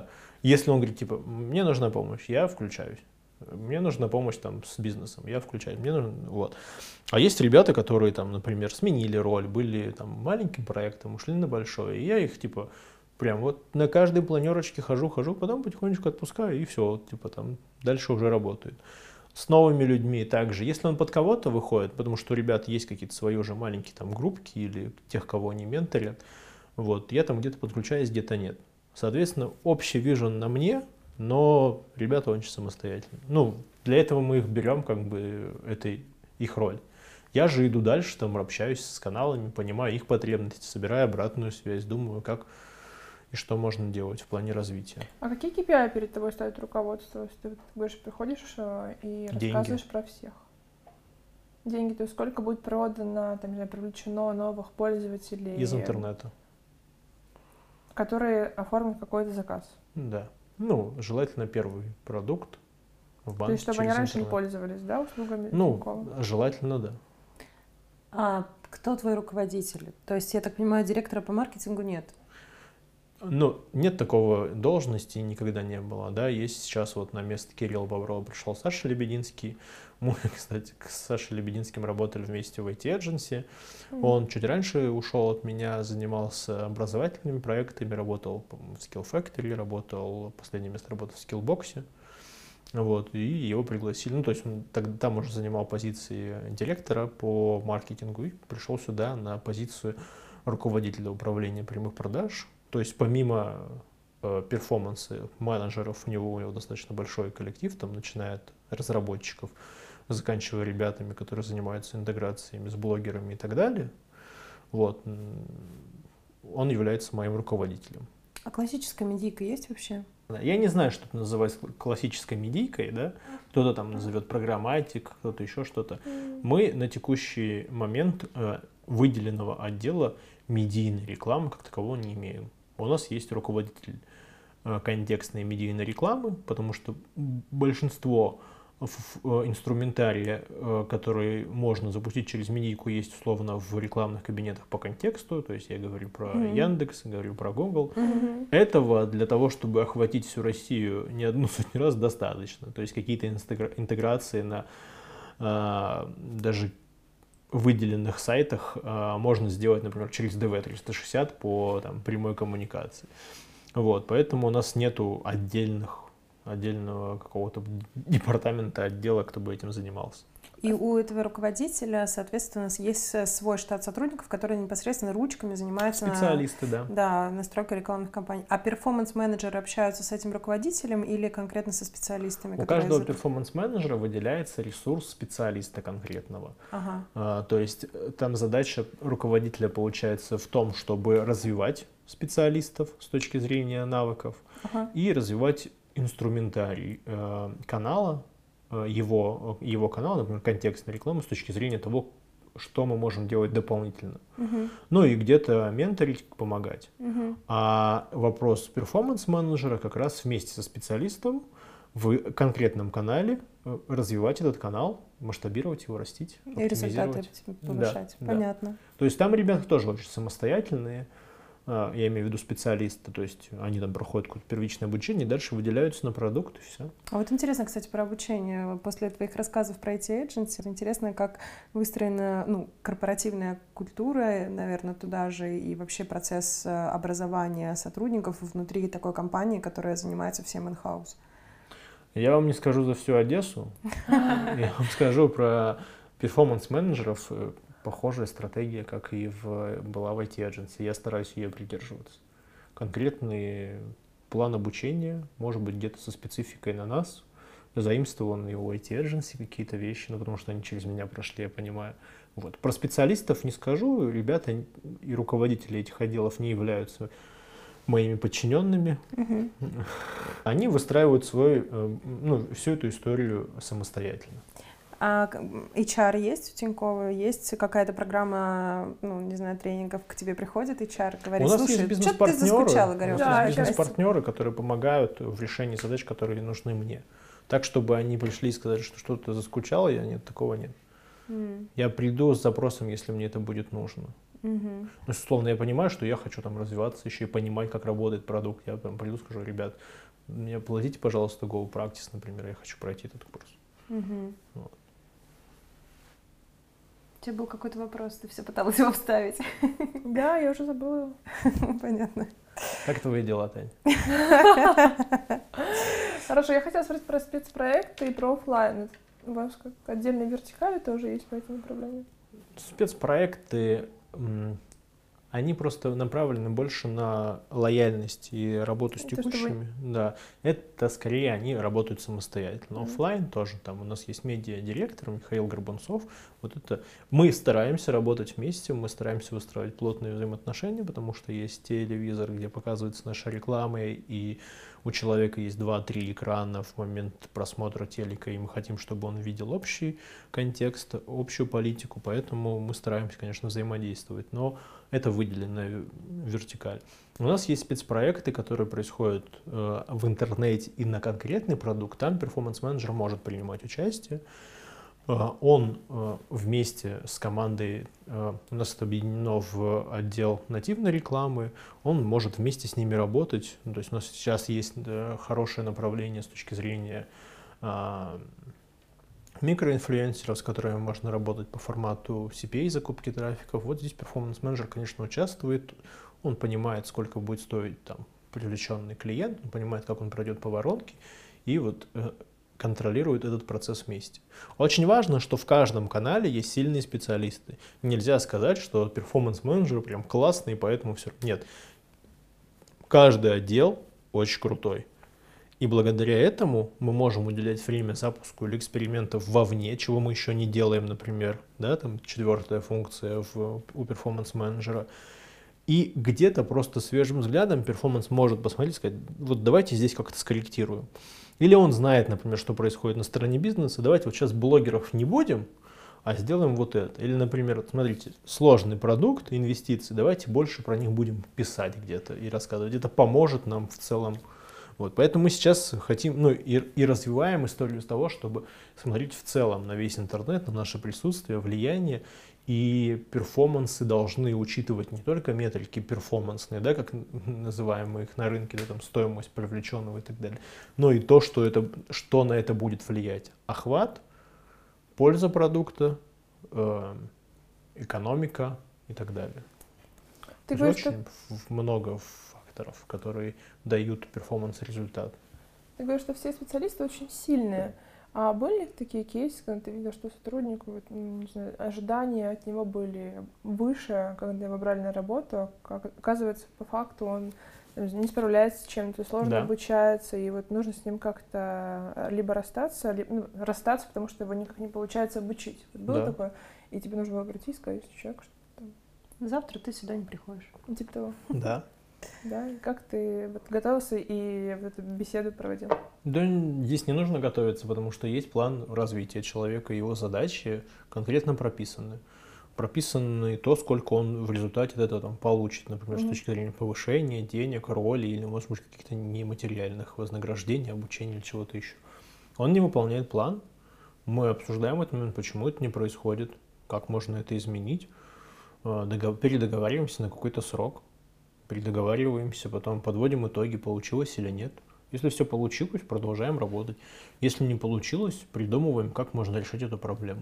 Speaker 2: Если он говорит, типа, мне нужна помощь, я включаюсь. Мне нужна помощь там с бизнесом, я включаюсь. Мне нужно, вот. А есть ребята, которые там, например, сменили роль, были там маленьким проектом, ушли на большой. И я их типа прям вот на каждой планерочке хожу, хожу, потом потихонечку отпускаю, и все, вот, типа там дальше уже работают. С новыми людьми также. Если он под кого-то выходит, потому что у ребят есть какие-то свои уже маленькие там группки или тех, кого они менторят, вот, я там где-то подключаюсь, где-то нет. Соответственно, общий вижен на мне, но ребята очень самостоятельны. Ну, для этого мы их берем, как бы, это их роль. Я же иду дальше, там, общаюсь с каналами, понимаю их потребности, собираю обратную связь, думаю, как и что можно делать в плане развития.
Speaker 1: А какие кей пи ай перед тобой ставит руководство? Если ты, ты говоришь, приходишь и рассказываешь
Speaker 2: Деньги.
Speaker 1: про всех. Деньги, то есть сколько будет продано, там, не знаю, привлечено новых пользователей?
Speaker 2: Из интернета.
Speaker 1: Которые оформят какой-то заказ.
Speaker 2: Да. Ну, желательно первый продукт в банке.
Speaker 1: То есть, чтобы
Speaker 2: через
Speaker 1: они раньше
Speaker 2: интернет.
Speaker 1: не пользовались, да, услугами
Speaker 2: Ну,
Speaker 1: Тинькова?
Speaker 2: желательно, да.
Speaker 3: А кто твой руководитель? То есть, я так понимаю, директора по маркетингу нет?
Speaker 2: Ну, нет такого должности, никогда не было, да, есть сейчас вот на место Кирилла Боброва пришел Саша Лебединский, мы, кстати, с Сашей Лебединским работали вместе в ай ти-эдженси, mm-hmm. он чуть раньше ушел от меня, занимался образовательными проектами, работал в Skill Factory, работал, последнее место работы в Skillbox, вот, и его пригласили, ну, то есть он тогда там уже занимал позиции директора по маркетингу и пришел сюда на позицию руководителя управления прямых продаж. То есть помимо э, перформанса менеджеров, у него, у него достаточно большой коллектив, там, начиная от разработчиков, заканчивая ребятами, которые занимаются интеграциями с блогерами и так далее. Вот. Он является моим руководителем.
Speaker 3: А классическая медийка есть вообще?
Speaker 2: Я не знаю, что это называется классической медийкой, да? Кто-то там назовет программатик, кто-то еще что-то. Мы на текущий момент э, выделенного отдела медийной рекламы как такового не имеем. У нас есть руководитель э, контекстной медийной рекламы, потому что большинство инструментария, э, который можно запустить через медийку, есть условно в рекламных кабинетах по контексту. То есть я говорю про mm-hmm. Яндекс, говорю про Google. Mm-hmm. Этого для того, чтобы охватить всю Россию не одну сотню раз, достаточно. То есть какие-то интеграции на э, даже выделенных сайтах э, можно сделать, например, через ди ви триста шестьдесят по там, прямой коммуникации. Вот, поэтому у нас нету отдельных, отдельного какого-то департамента, отдела, кто бы этим занимался.
Speaker 3: И у этого руководителя, соответственно, есть свой штат сотрудников, которые непосредственно ручками занимаются...
Speaker 2: Специалисты,
Speaker 3: на,
Speaker 2: да.
Speaker 3: Да, настройкой рекламных кампаний. А перформанс-менеджеры общаются с этим руководителем или конкретно со специалистами?
Speaker 2: У каждого за... перформанс-менеджера выделяется ресурс специалиста конкретного.
Speaker 3: Ага.
Speaker 2: А, то есть там задача руководителя получается в том, чтобы развивать специалистов с точки зрения навыков ага. и развивать инструментарий э, канала, Его, его канал, например, контекстной рекламы с точки зрения того, что мы можем делать дополнительно. Uh-huh. Ну и где-то менторить, помогать. Uh-huh. А вопрос перформанс-менеджера как раз вместе со специалистом в конкретном канале развивать этот канал, масштабировать его, растить,
Speaker 3: и результаты повышать.
Speaker 2: Да,
Speaker 3: понятно.
Speaker 2: Да. То есть там ребята тоже очень самостоятельные, я имею в виду специалисты, то есть они там проходят какое-то первичное обучение, и дальше выделяются на продукт, и все.
Speaker 3: А вот интересно, кстати, про обучение. После твоих рассказов про ай ти-эдженси, интересно, как выстроена ну, корпоративная культура, наверное, туда же, и вообще процесс образования сотрудников внутри такой компании, которая занимается всем in-house.
Speaker 2: Я вам не скажу за всю Одессу, я вам скажу про перформанс-менеджеров. Похожая стратегия, как и в, была в ай ти-эдженси. Я стараюсь ее придерживаться. Конкретный план обучения, может быть, где-то со спецификой на нас, заимствованные у ай ти-эдженси какие-то вещи, ну, потому что они через меня прошли, я понимаю. Вот. Про специалистов не скажу, ребята и руководители этих отделов не являются моими подчиненными. Uh-huh. Они выстраивают свой, ну, всю эту историю самостоятельно.
Speaker 3: А эйч ар есть у Тинькова? Есть какая-то программа, ну, не знаю, тренингов, к тебе приходит эйч ар, говорит,
Speaker 2: у нас
Speaker 3: слушай,
Speaker 2: есть бизнес-партнеры,
Speaker 3: заскучала, говорю,
Speaker 2: да, бизнес-партнеры, которые помогают в решении задач, которые нужны мне. Так, чтобы они пришли и сказали, что что-то заскучало, я нет, такого нет. Mm. Я приду с запросом, если мне это будет нужно.
Speaker 3: Угу.
Speaker 2: Ну, условно, я понимаю, что я хочу там развиваться, еще и понимать, как работает продукт. Я прям приду, скажу: ребят, мне платите, пожалуйста, Go Practice, например, я хочу пройти этот курс.
Speaker 3: Угу.
Speaker 2: Вот.
Speaker 3: У тебя был какой-то вопрос, ты все пыталась его вставить.
Speaker 1: Да, я уже забыла.
Speaker 3: Понятно.
Speaker 2: Как твои дела, Тань?
Speaker 1: Хорошо, я хотела спросить про спецпроекты и про офлайн. У вас как отдельные вертикали тоже есть по этому направлению?
Speaker 2: Спецпроекты, они просто направлены больше на лояльность и работу с
Speaker 1: То, что
Speaker 2: текущими. Да, это скорее они работают самостоятельно.
Speaker 1: Мгм.
Speaker 2: Оффлайн тоже, там у нас есть медиа-директор Михаил Горбунцов. Вот это мы стараемся работать вместе, мы стараемся выстраивать плотные взаимоотношения, потому что есть телевизор, где показывается наша реклама, и у человека есть два-три экрана в момент просмотра телека, и мы хотим, чтобы он видел общий контекст, общую политику, поэтому мы стараемся, конечно, взаимодействовать, но это выделенная вертикаль. У нас есть спецпроекты, которые происходят э, в интернете и на конкретный продукт, там перформанс-менеджер может принимать участие. Э, он э, вместе с командой, э, у нас это объединено в отдел нативной рекламы, он может вместе с ними работать. Ну, то есть у нас сейчас есть э, хорошее направление с точки зрения э, микроинфлюенсеров, с которыми можно работать по формату си пи эй закупки трафиков. Вот здесь перформанс-менеджер, конечно, участвует. Он понимает, сколько будет стоить там привлеченный клиент, он понимает, как он пройдет по воронке, и вот э, контролирует этот процесс вместе. Очень важно, что в каждом канале есть сильные специалисты. Нельзя сказать, что перформанс-менеджер прям классный, поэтому все. Нет. Каждый отдел очень крутой. И благодаря этому мы можем уделять время запуску или экспериментов вовне, чего мы еще не делаем, например, да, там четвертая функция в, у перформанс-менеджера. И где-то просто свежим взглядом перформанс может посмотреть и сказать: вот давайте здесь как-то скорректируем. Или он знает, например, что происходит на стороне бизнеса, давайте вот сейчас блогеров не будем, а сделаем вот это. Или, например, смотрите, сложный продукт, инвестиции, давайте больше про них будем писать где-то и рассказывать. Это поможет нам в целом. Вот, поэтому мы сейчас хотим, ну, и, и развиваем историю с того, чтобы смотреть в целом на весь интернет, на наше присутствие, влияние, и перформансы должны учитывать не только метрики перформансные, да, как называем мы их на рынке, да, там, стоимость привлеченного и так далее, но и то, что, это, что на это будет влиять. Охват, польза продукта, э, экономика и так далее.
Speaker 1: Ты
Speaker 2: Уже
Speaker 1: говоришь,
Speaker 2: очень что... много факторов, которые дают перформанс-результат.
Speaker 1: Ты говоришь, что все специалисты очень сильные. А были такие кейсы, когда ты видел, что сотруднику, не знаю, ожидания от него были выше, когда его брали на работу, как оказывается, по факту он не справляется с чем-то, сложно
Speaker 2: Да.
Speaker 1: обучается, и вот нужно с ним как-то либо расстаться, либо ну, расстаться, потому что его никак не получается обучить. Вот было
Speaker 2: Да.
Speaker 1: такое? И тебе нужно было прийти и сказать, что человек, что там.
Speaker 3: Завтра ты сюда не приходишь.
Speaker 1: Ну, типа того.
Speaker 2: Да.
Speaker 1: Да, и как ты вот готовился и вот эту беседу проводил?
Speaker 2: Да, здесь не нужно готовиться, потому что есть план развития человека, его задачи конкретно прописаны. Прописано то, сколько он в результате от этого там получит, например,
Speaker 1: Мгм.
Speaker 2: с точки зрения повышения, денег, роли или, может быть, каких-то нематериальных вознаграждений, обучения или чего-то еще. Он не выполняет план, мы обсуждаем этот момент, почему это не происходит, как можно это изменить, э, догов- передоговариваемся на какой-то срок, передоговариваемся, потом подводим итоги, получилось или нет. Если все получилось, продолжаем работать. Если не получилось, придумываем, как можно решить эту проблему.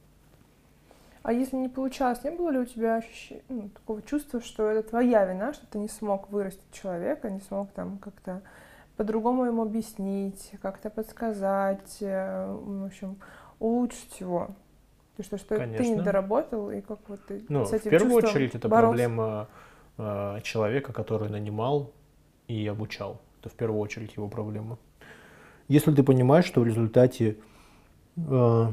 Speaker 1: А если не получалось, не было ли у тебя ощущения, ну, такого чувства, что это твоя вина, что ты не смог вырастить человека, не смог там как-то по-другому ему объяснить, как-то подсказать, э, в общем, улучшить его? То есть, что, что ты не
Speaker 2: Конечно.
Speaker 1: доработал, и как вот ты
Speaker 2: Ну,
Speaker 1: с
Speaker 2: в
Speaker 1: этим
Speaker 2: первую
Speaker 1: чувством
Speaker 2: очередь, это
Speaker 1: боролся?
Speaker 2: проблема э, человека, который нанимал и обучал. Это в первую очередь его проблема. Если ты понимаешь, что в результате э,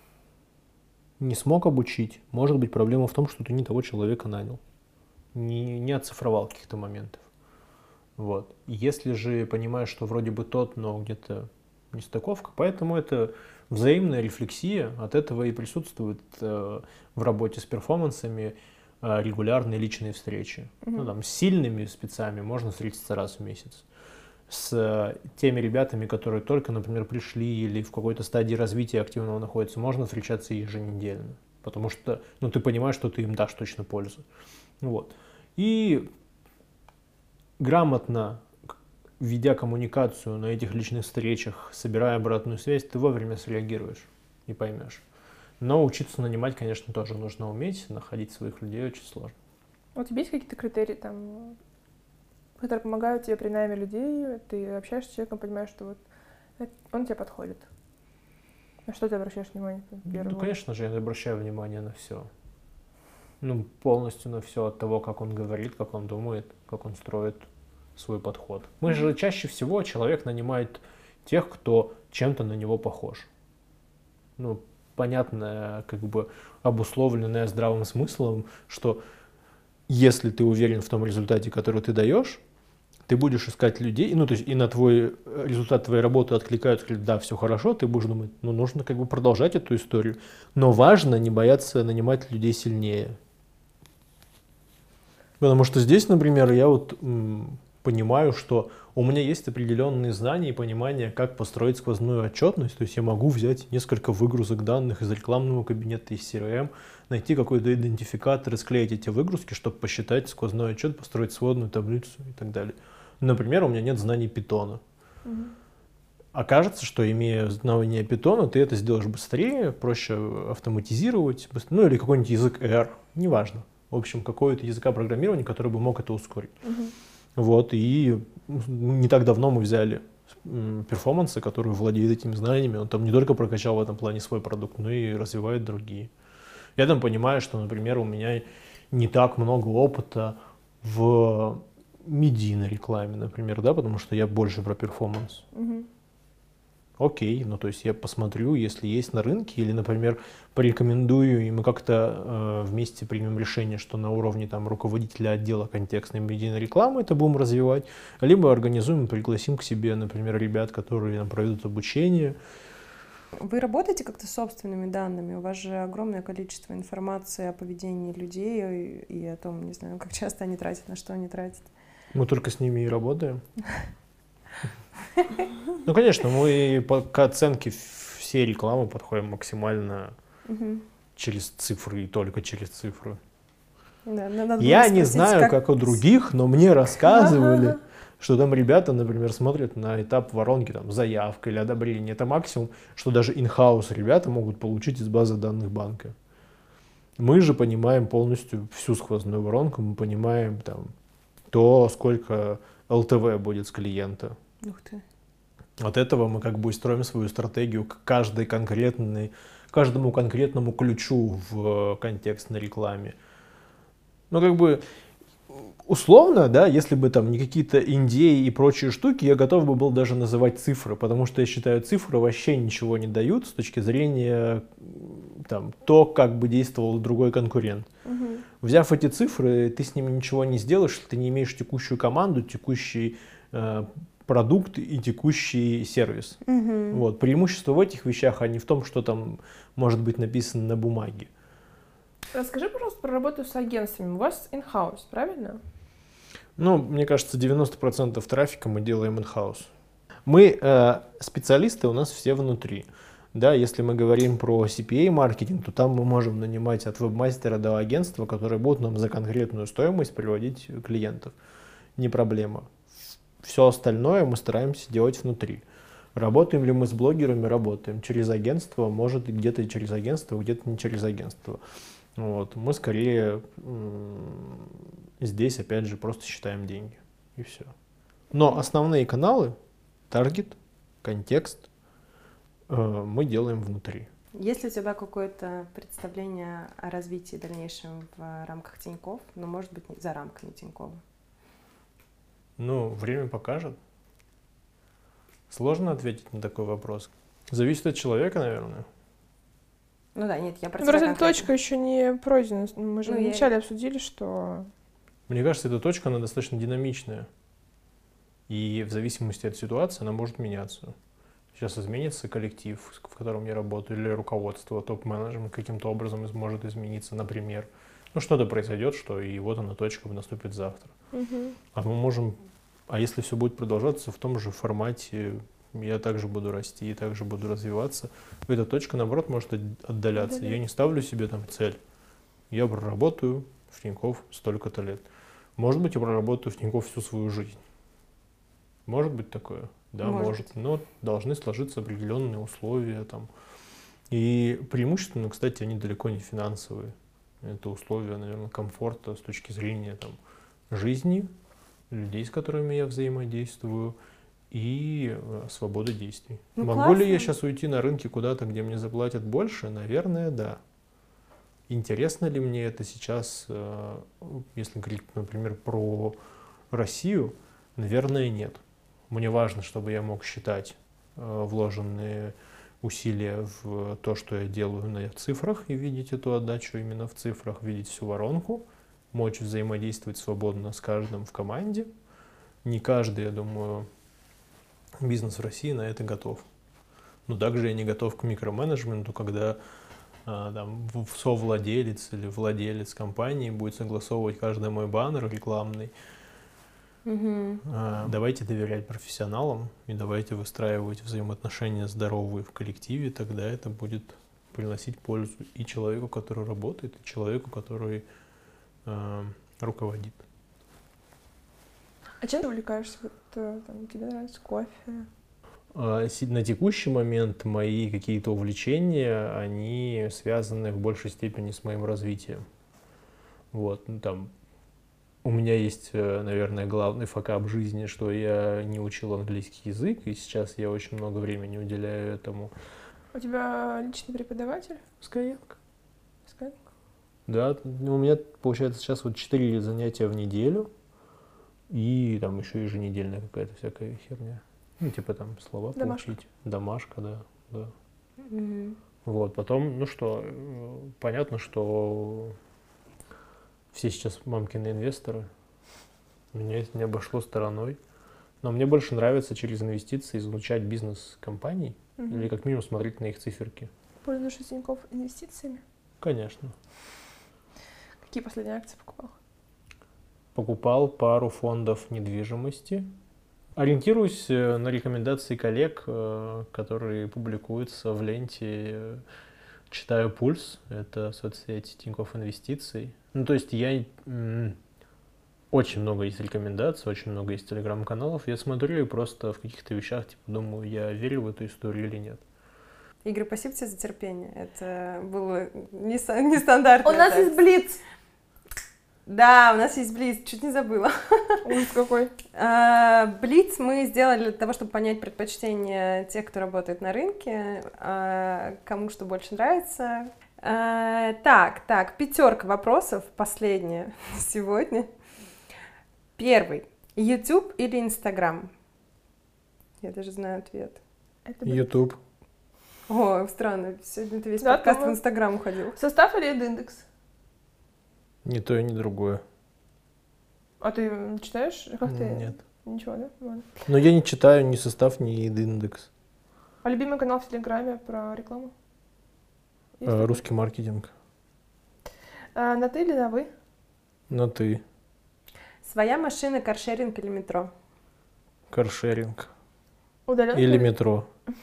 Speaker 2: не смог обучить, может быть проблема в том, что ты не того человека нанял, не, не оцифровал каких-то моментов. Вот. Если же понимаешь, что вроде бы тот, но где-то нестыковка, поэтому это взаимная рефлексия, от этого и присутствует э, в работе с перформансами э, регулярные личные встречи.
Speaker 1: Мгм.
Speaker 2: Ну, там, с сильными спецами можно встретиться раз в месяц. С э, теми ребятами, которые только, например, пришли или в какой-то стадии развития активного находятся, можно встречаться еженедельно. Потому что ну, ты понимаешь, что ты им дашь точно пользу. Вот. И грамотно, ведя коммуникацию на этих личных встречах, собирая обратную связь, ты вовремя среагируешь и поймешь. Но учиться нанимать, конечно, тоже нужно уметь. Находить своих людей очень сложно.
Speaker 1: У тебя есть какие-то критерии, там, которые помогают тебе при найме людей? Ты общаешься с человеком, понимаешь, что вот он тебе подходит. На что ты обращаешь внимание?
Speaker 2: Ну, конечно же, я обращаю внимание на все. Ну, полностью на все, от того, как он говорит, как он думает, как он строит свой подход. Мы же чаще всего человек нанимает тех, кто чем-то на него похож. Ну, понятно, как бы обусловленное здравым смыслом, что если ты уверен в том результате, который ты даешь, ты будешь искать людей, ну, то есть и на твой результат твоей работы откликаются, говорят, да, все хорошо, ты будешь думать, ну, нужно как бы продолжать эту историю. Но важно не бояться нанимать людей сильнее. Потому что здесь, например, я вот м, понимаю, что у меня есть определенные знания и понимание, как построить сквозную отчетность. То есть я могу взять несколько выгрузок данных из рекламного кабинета, из си эр эм, найти какой-то идентификатор и склеить эти выгрузки, чтобы посчитать сквозной отчет, построить сводную таблицу и так далее. Например, у меня нет знаний питона. Угу. Окажется, что имея знания питона, ты это сделаешь быстрее, проще автоматизировать, быстрее, ну или какой-нибудь язык R, неважно. В общем, какой-то языка программирования, который бы мог это ускорить. Угу. Вот, и не так давно мы взяли перформанса, который владеет этими знаниями. Он там не только прокачал в этом плане свой продукт, но и развивает другие. Я там понимаю, что, например, у меня не так много опыта в медийной рекламе, например, да, потому что я больше про перформанс. Угу. Окей, ну то есть я посмотрю, если есть на рынке, или, например, порекомендую, и мы как-то э, вместе примем решение, что на уровне там руководителя отдела контекстной медийной рекламы это будем развивать, либо организуем и пригласим к себе, например, ребят, которые нам проведут обучение.
Speaker 3: Вы работаете как-то с собственными данными? У вас же огромное количество информации о поведении людей и о том, не знаю, как часто они тратят, на что они тратят.
Speaker 2: Мы только с ними и работаем. Ну, конечно, мы к оценке всей рекламы подходим максимально угу. через цифры и только через цифры.
Speaker 3: Да,
Speaker 2: Я не знаю, как... как у других, но мне рассказывали, что там ребята, например, смотрят на этап воронки, там, заявка или одобрение. Это максимум, что даже in-house ребята могут получить из базы данных банка. Мы же понимаем полностью всю сквозную воронку, мы понимаем там то, сколько эл тэ вэ будет с клиента.
Speaker 3: Ух ты.
Speaker 2: От этого мы как бы строим свою стратегию к каждой конкретной, каждому конкретному ключу в контекстной рекламе. Ну, как бы, условно, да, если бы там не какие-то индеи и прочие штуки, я готов бы был даже называть цифры, потому что я считаю, цифры вообще ничего не дают с точки зрения там, то, как бы действовал другой конкурент. Угу. Взяв эти цифры, ты с ними ничего не сделаешь, ты не имеешь текущую команду, текущий э, продукт и текущий сервис. Угу. Вот. Преимущество в этих вещах, а не в том, что там может быть написано на бумаге.
Speaker 1: Расскажи, пожалуйста, про работу с агентствами. У вас in-house, правильно?
Speaker 2: Ну, мне кажется, девяносто процентов трафика мы делаем in-house. Мы, э, специалисты у нас все внутри. Да, если мы говорим про си пи эй-маркетинг, то там мы можем нанимать от веб-мастера до агентства, которые будут нам за конкретную стоимость приводить клиентов. Не проблема. Все остальное мы стараемся делать внутри. Работаем ли мы с блогерами? Работаем. Через агентство, может где-то через агентство, где-то не через агентство. Вот. Мы скорее м- здесь, опять же, просто считаем деньги. И все. Но основные каналы, таргет, контекст, э- мы делаем внутри.
Speaker 3: Есть ли у тебя какое-то представление о развитии дальнейшем в рамках Тинькофф, но, может быть, за рамками Тинькова?
Speaker 2: Ну, время покажет. Сложно ответить на такой вопрос. Зависит от человека, наверное.
Speaker 3: Ну да, нет, я про
Speaker 1: ну,
Speaker 3: тебя
Speaker 1: просто эта точка еще не пройдена. Мы же
Speaker 3: ну,
Speaker 1: вначале
Speaker 3: я...
Speaker 1: обсудили, что...
Speaker 2: Мне кажется, эта точка, она достаточно динамичная. И в зависимости от ситуации она может меняться. Сейчас изменится коллектив, в котором я работаю, или руководство, топ-менеджмент каким-то образом может измениться, например. Ну, что-то произойдет, что и вот она точка наступит завтра. Угу. А мы можем... А если все будет продолжаться в том же формате, я также буду расти, также буду развиваться, эта точка, наоборот, может отдаляться. Да-да. Я не ставлю себе там цель. Я проработаю в Тинькофф столько-то лет. Может быть, я проработаю в Тинькофф всю свою жизнь. Может быть такое? Да,
Speaker 3: может.
Speaker 2: может. Но должны сложиться определенные условия там. И преимущественно, кстати, они далеко не финансовые. Это условия, наверное, комфорта с точки зрения там, жизни, людей, с которыми я взаимодействую, и свободы действий.
Speaker 3: Ну,
Speaker 2: Могу
Speaker 3: классно.
Speaker 2: ли я сейчас уйти на рынке куда-то, где мне заплатят больше? Наверное, да. Интересно ли мне это сейчас, если говорить, например, про Россию? Наверное, нет. Мне важно, чтобы я мог считать вложенные усилия в то, что я делаю на цифрах, и видеть эту отдачу именно в цифрах, видеть всю воронку, мочь взаимодействовать свободно с каждым в команде. Не каждый, я думаю, бизнес в России на это готов. Но также я не готов к микроменеджменту, когда а, там, совладелец или владелец компании будет согласовывать каждый мой баннер рекламный.
Speaker 3: Угу.
Speaker 2: А, давайте доверять профессионалам и давайте выстраивать взаимоотношения здоровые в коллективе, тогда это будет приносить пользу и человеку, который работает, и человеку, который а, руководит.
Speaker 1: А чем ты увлекаешься? Вот, там, тебе нравится кофе?
Speaker 2: На текущий момент мои какие-то увлечения, они связаны в большей степени с моим развитием. Вот, ну, там, у меня есть, наверное, главный факап в жизни, что я не учил английский язык, и сейчас я очень много времени уделяю этому.
Speaker 1: У тебя личный преподаватель?
Speaker 2: Skyeng.
Speaker 1: Skyeng?
Speaker 2: Да, у меня получается сейчас вот четыре занятия в неделю, и там еще еженедельная какая-то всякая херня. Ну, типа там слова
Speaker 1: Домашка.
Speaker 2: получить. Домашка, да. да.
Speaker 3: Угу.
Speaker 2: Вот, потом, ну что, понятно, что все сейчас мамкины инвесторы. Меня это не обошло стороной. Но мне больше нравится через инвестиции изучать бизнес компаний,
Speaker 1: Угу.
Speaker 2: или как минимум смотреть на их циферки.
Speaker 1: Пользуешься Тинькофф инвестициями?
Speaker 2: Конечно.
Speaker 1: Какие последние акции покупал?
Speaker 2: Покупал пару фондов недвижимости. Ориентируюсь на рекомендации коллег, которые публикуются в ленте. Читаю «Пульс», это соцсеть Тинькофф Инвестиций. Ну, то есть я... Очень много есть рекомендаций, очень много есть телеграм-каналов. Я смотрю и просто в каких-то вещах типа думаю, я верю в эту историю или нет.
Speaker 3: Игорь, спасибо тебе за терпение. Это было нестандартно.
Speaker 1: У нас есть блиц!
Speaker 3: Да, у нас есть блиц, чуть не забыла.
Speaker 1: Ужас какой.
Speaker 3: Блиц мы сделали для того, чтобы понять предпочтения тех, кто работает на рынке, кому что больше нравится. Так, так, пятерка вопросов, последняя сегодня. Первый. YouTube или Instagram? Я даже знаю ответ.
Speaker 2: YouTube.
Speaker 3: О, странно, сегодня ты весь
Speaker 1: Да,
Speaker 3: подкаст
Speaker 1: думаю.
Speaker 3: в Инстаграм уходил.
Speaker 1: Состав или индекс?
Speaker 2: Ни то и ни другое.
Speaker 1: А ты читаешь? Как ты?
Speaker 2: Нет.
Speaker 1: Ничего, да? Ладно.
Speaker 2: Но я не читаю ни состав, ни индекс.
Speaker 1: А любимый канал в Телеграме про рекламу? Есть
Speaker 2: А,
Speaker 1: такой?
Speaker 2: русский маркетинг.
Speaker 1: А, на ты или на вы?
Speaker 2: На ты.
Speaker 3: Своя машина, каршеринг или метро?
Speaker 2: Каршеринг.
Speaker 1: Удаленка
Speaker 2: Или метро.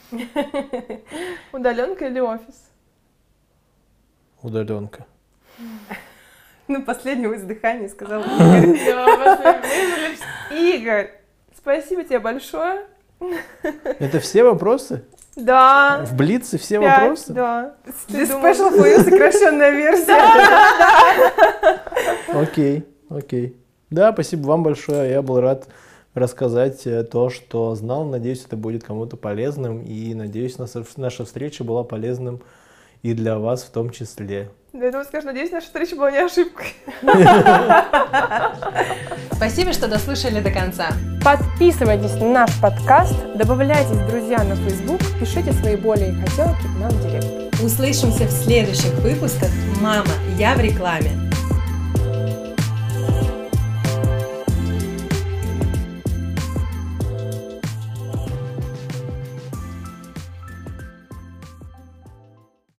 Speaker 1: Удаленка или офис?
Speaker 2: Удаленка.
Speaker 3: На последнего издыхания сказал Игорь.
Speaker 1: Да, последний. Игорь, спасибо тебе большое.
Speaker 2: Это все вопросы?
Speaker 1: Да.
Speaker 2: В Блице все
Speaker 1: Пять,
Speaker 2: вопросы?
Speaker 1: Да.
Speaker 3: This special for you, сокращенная версия.
Speaker 2: Окей, окей. Да, спасибо вам большое. Я был рад рассказать то, что знал. Надеюсь, это будет кому-то полезным. И надеюсь, наша, наша встреча была полезным и для вас в том числе.
Speaker 1: Да, я думаю, скажешь, надеюсь, наша встреча была не ошибкой.
Speaker 3: Спасибо, что дослушали до конца.
Speaker 1: Подписывайтесь на наш подкаст, добавляйтесь в друзья на Facebook, пишите свои боли и хотелки нам в директ.
Speaker 3: Услышимся в следующих выпусках «Мама, я в рекламе».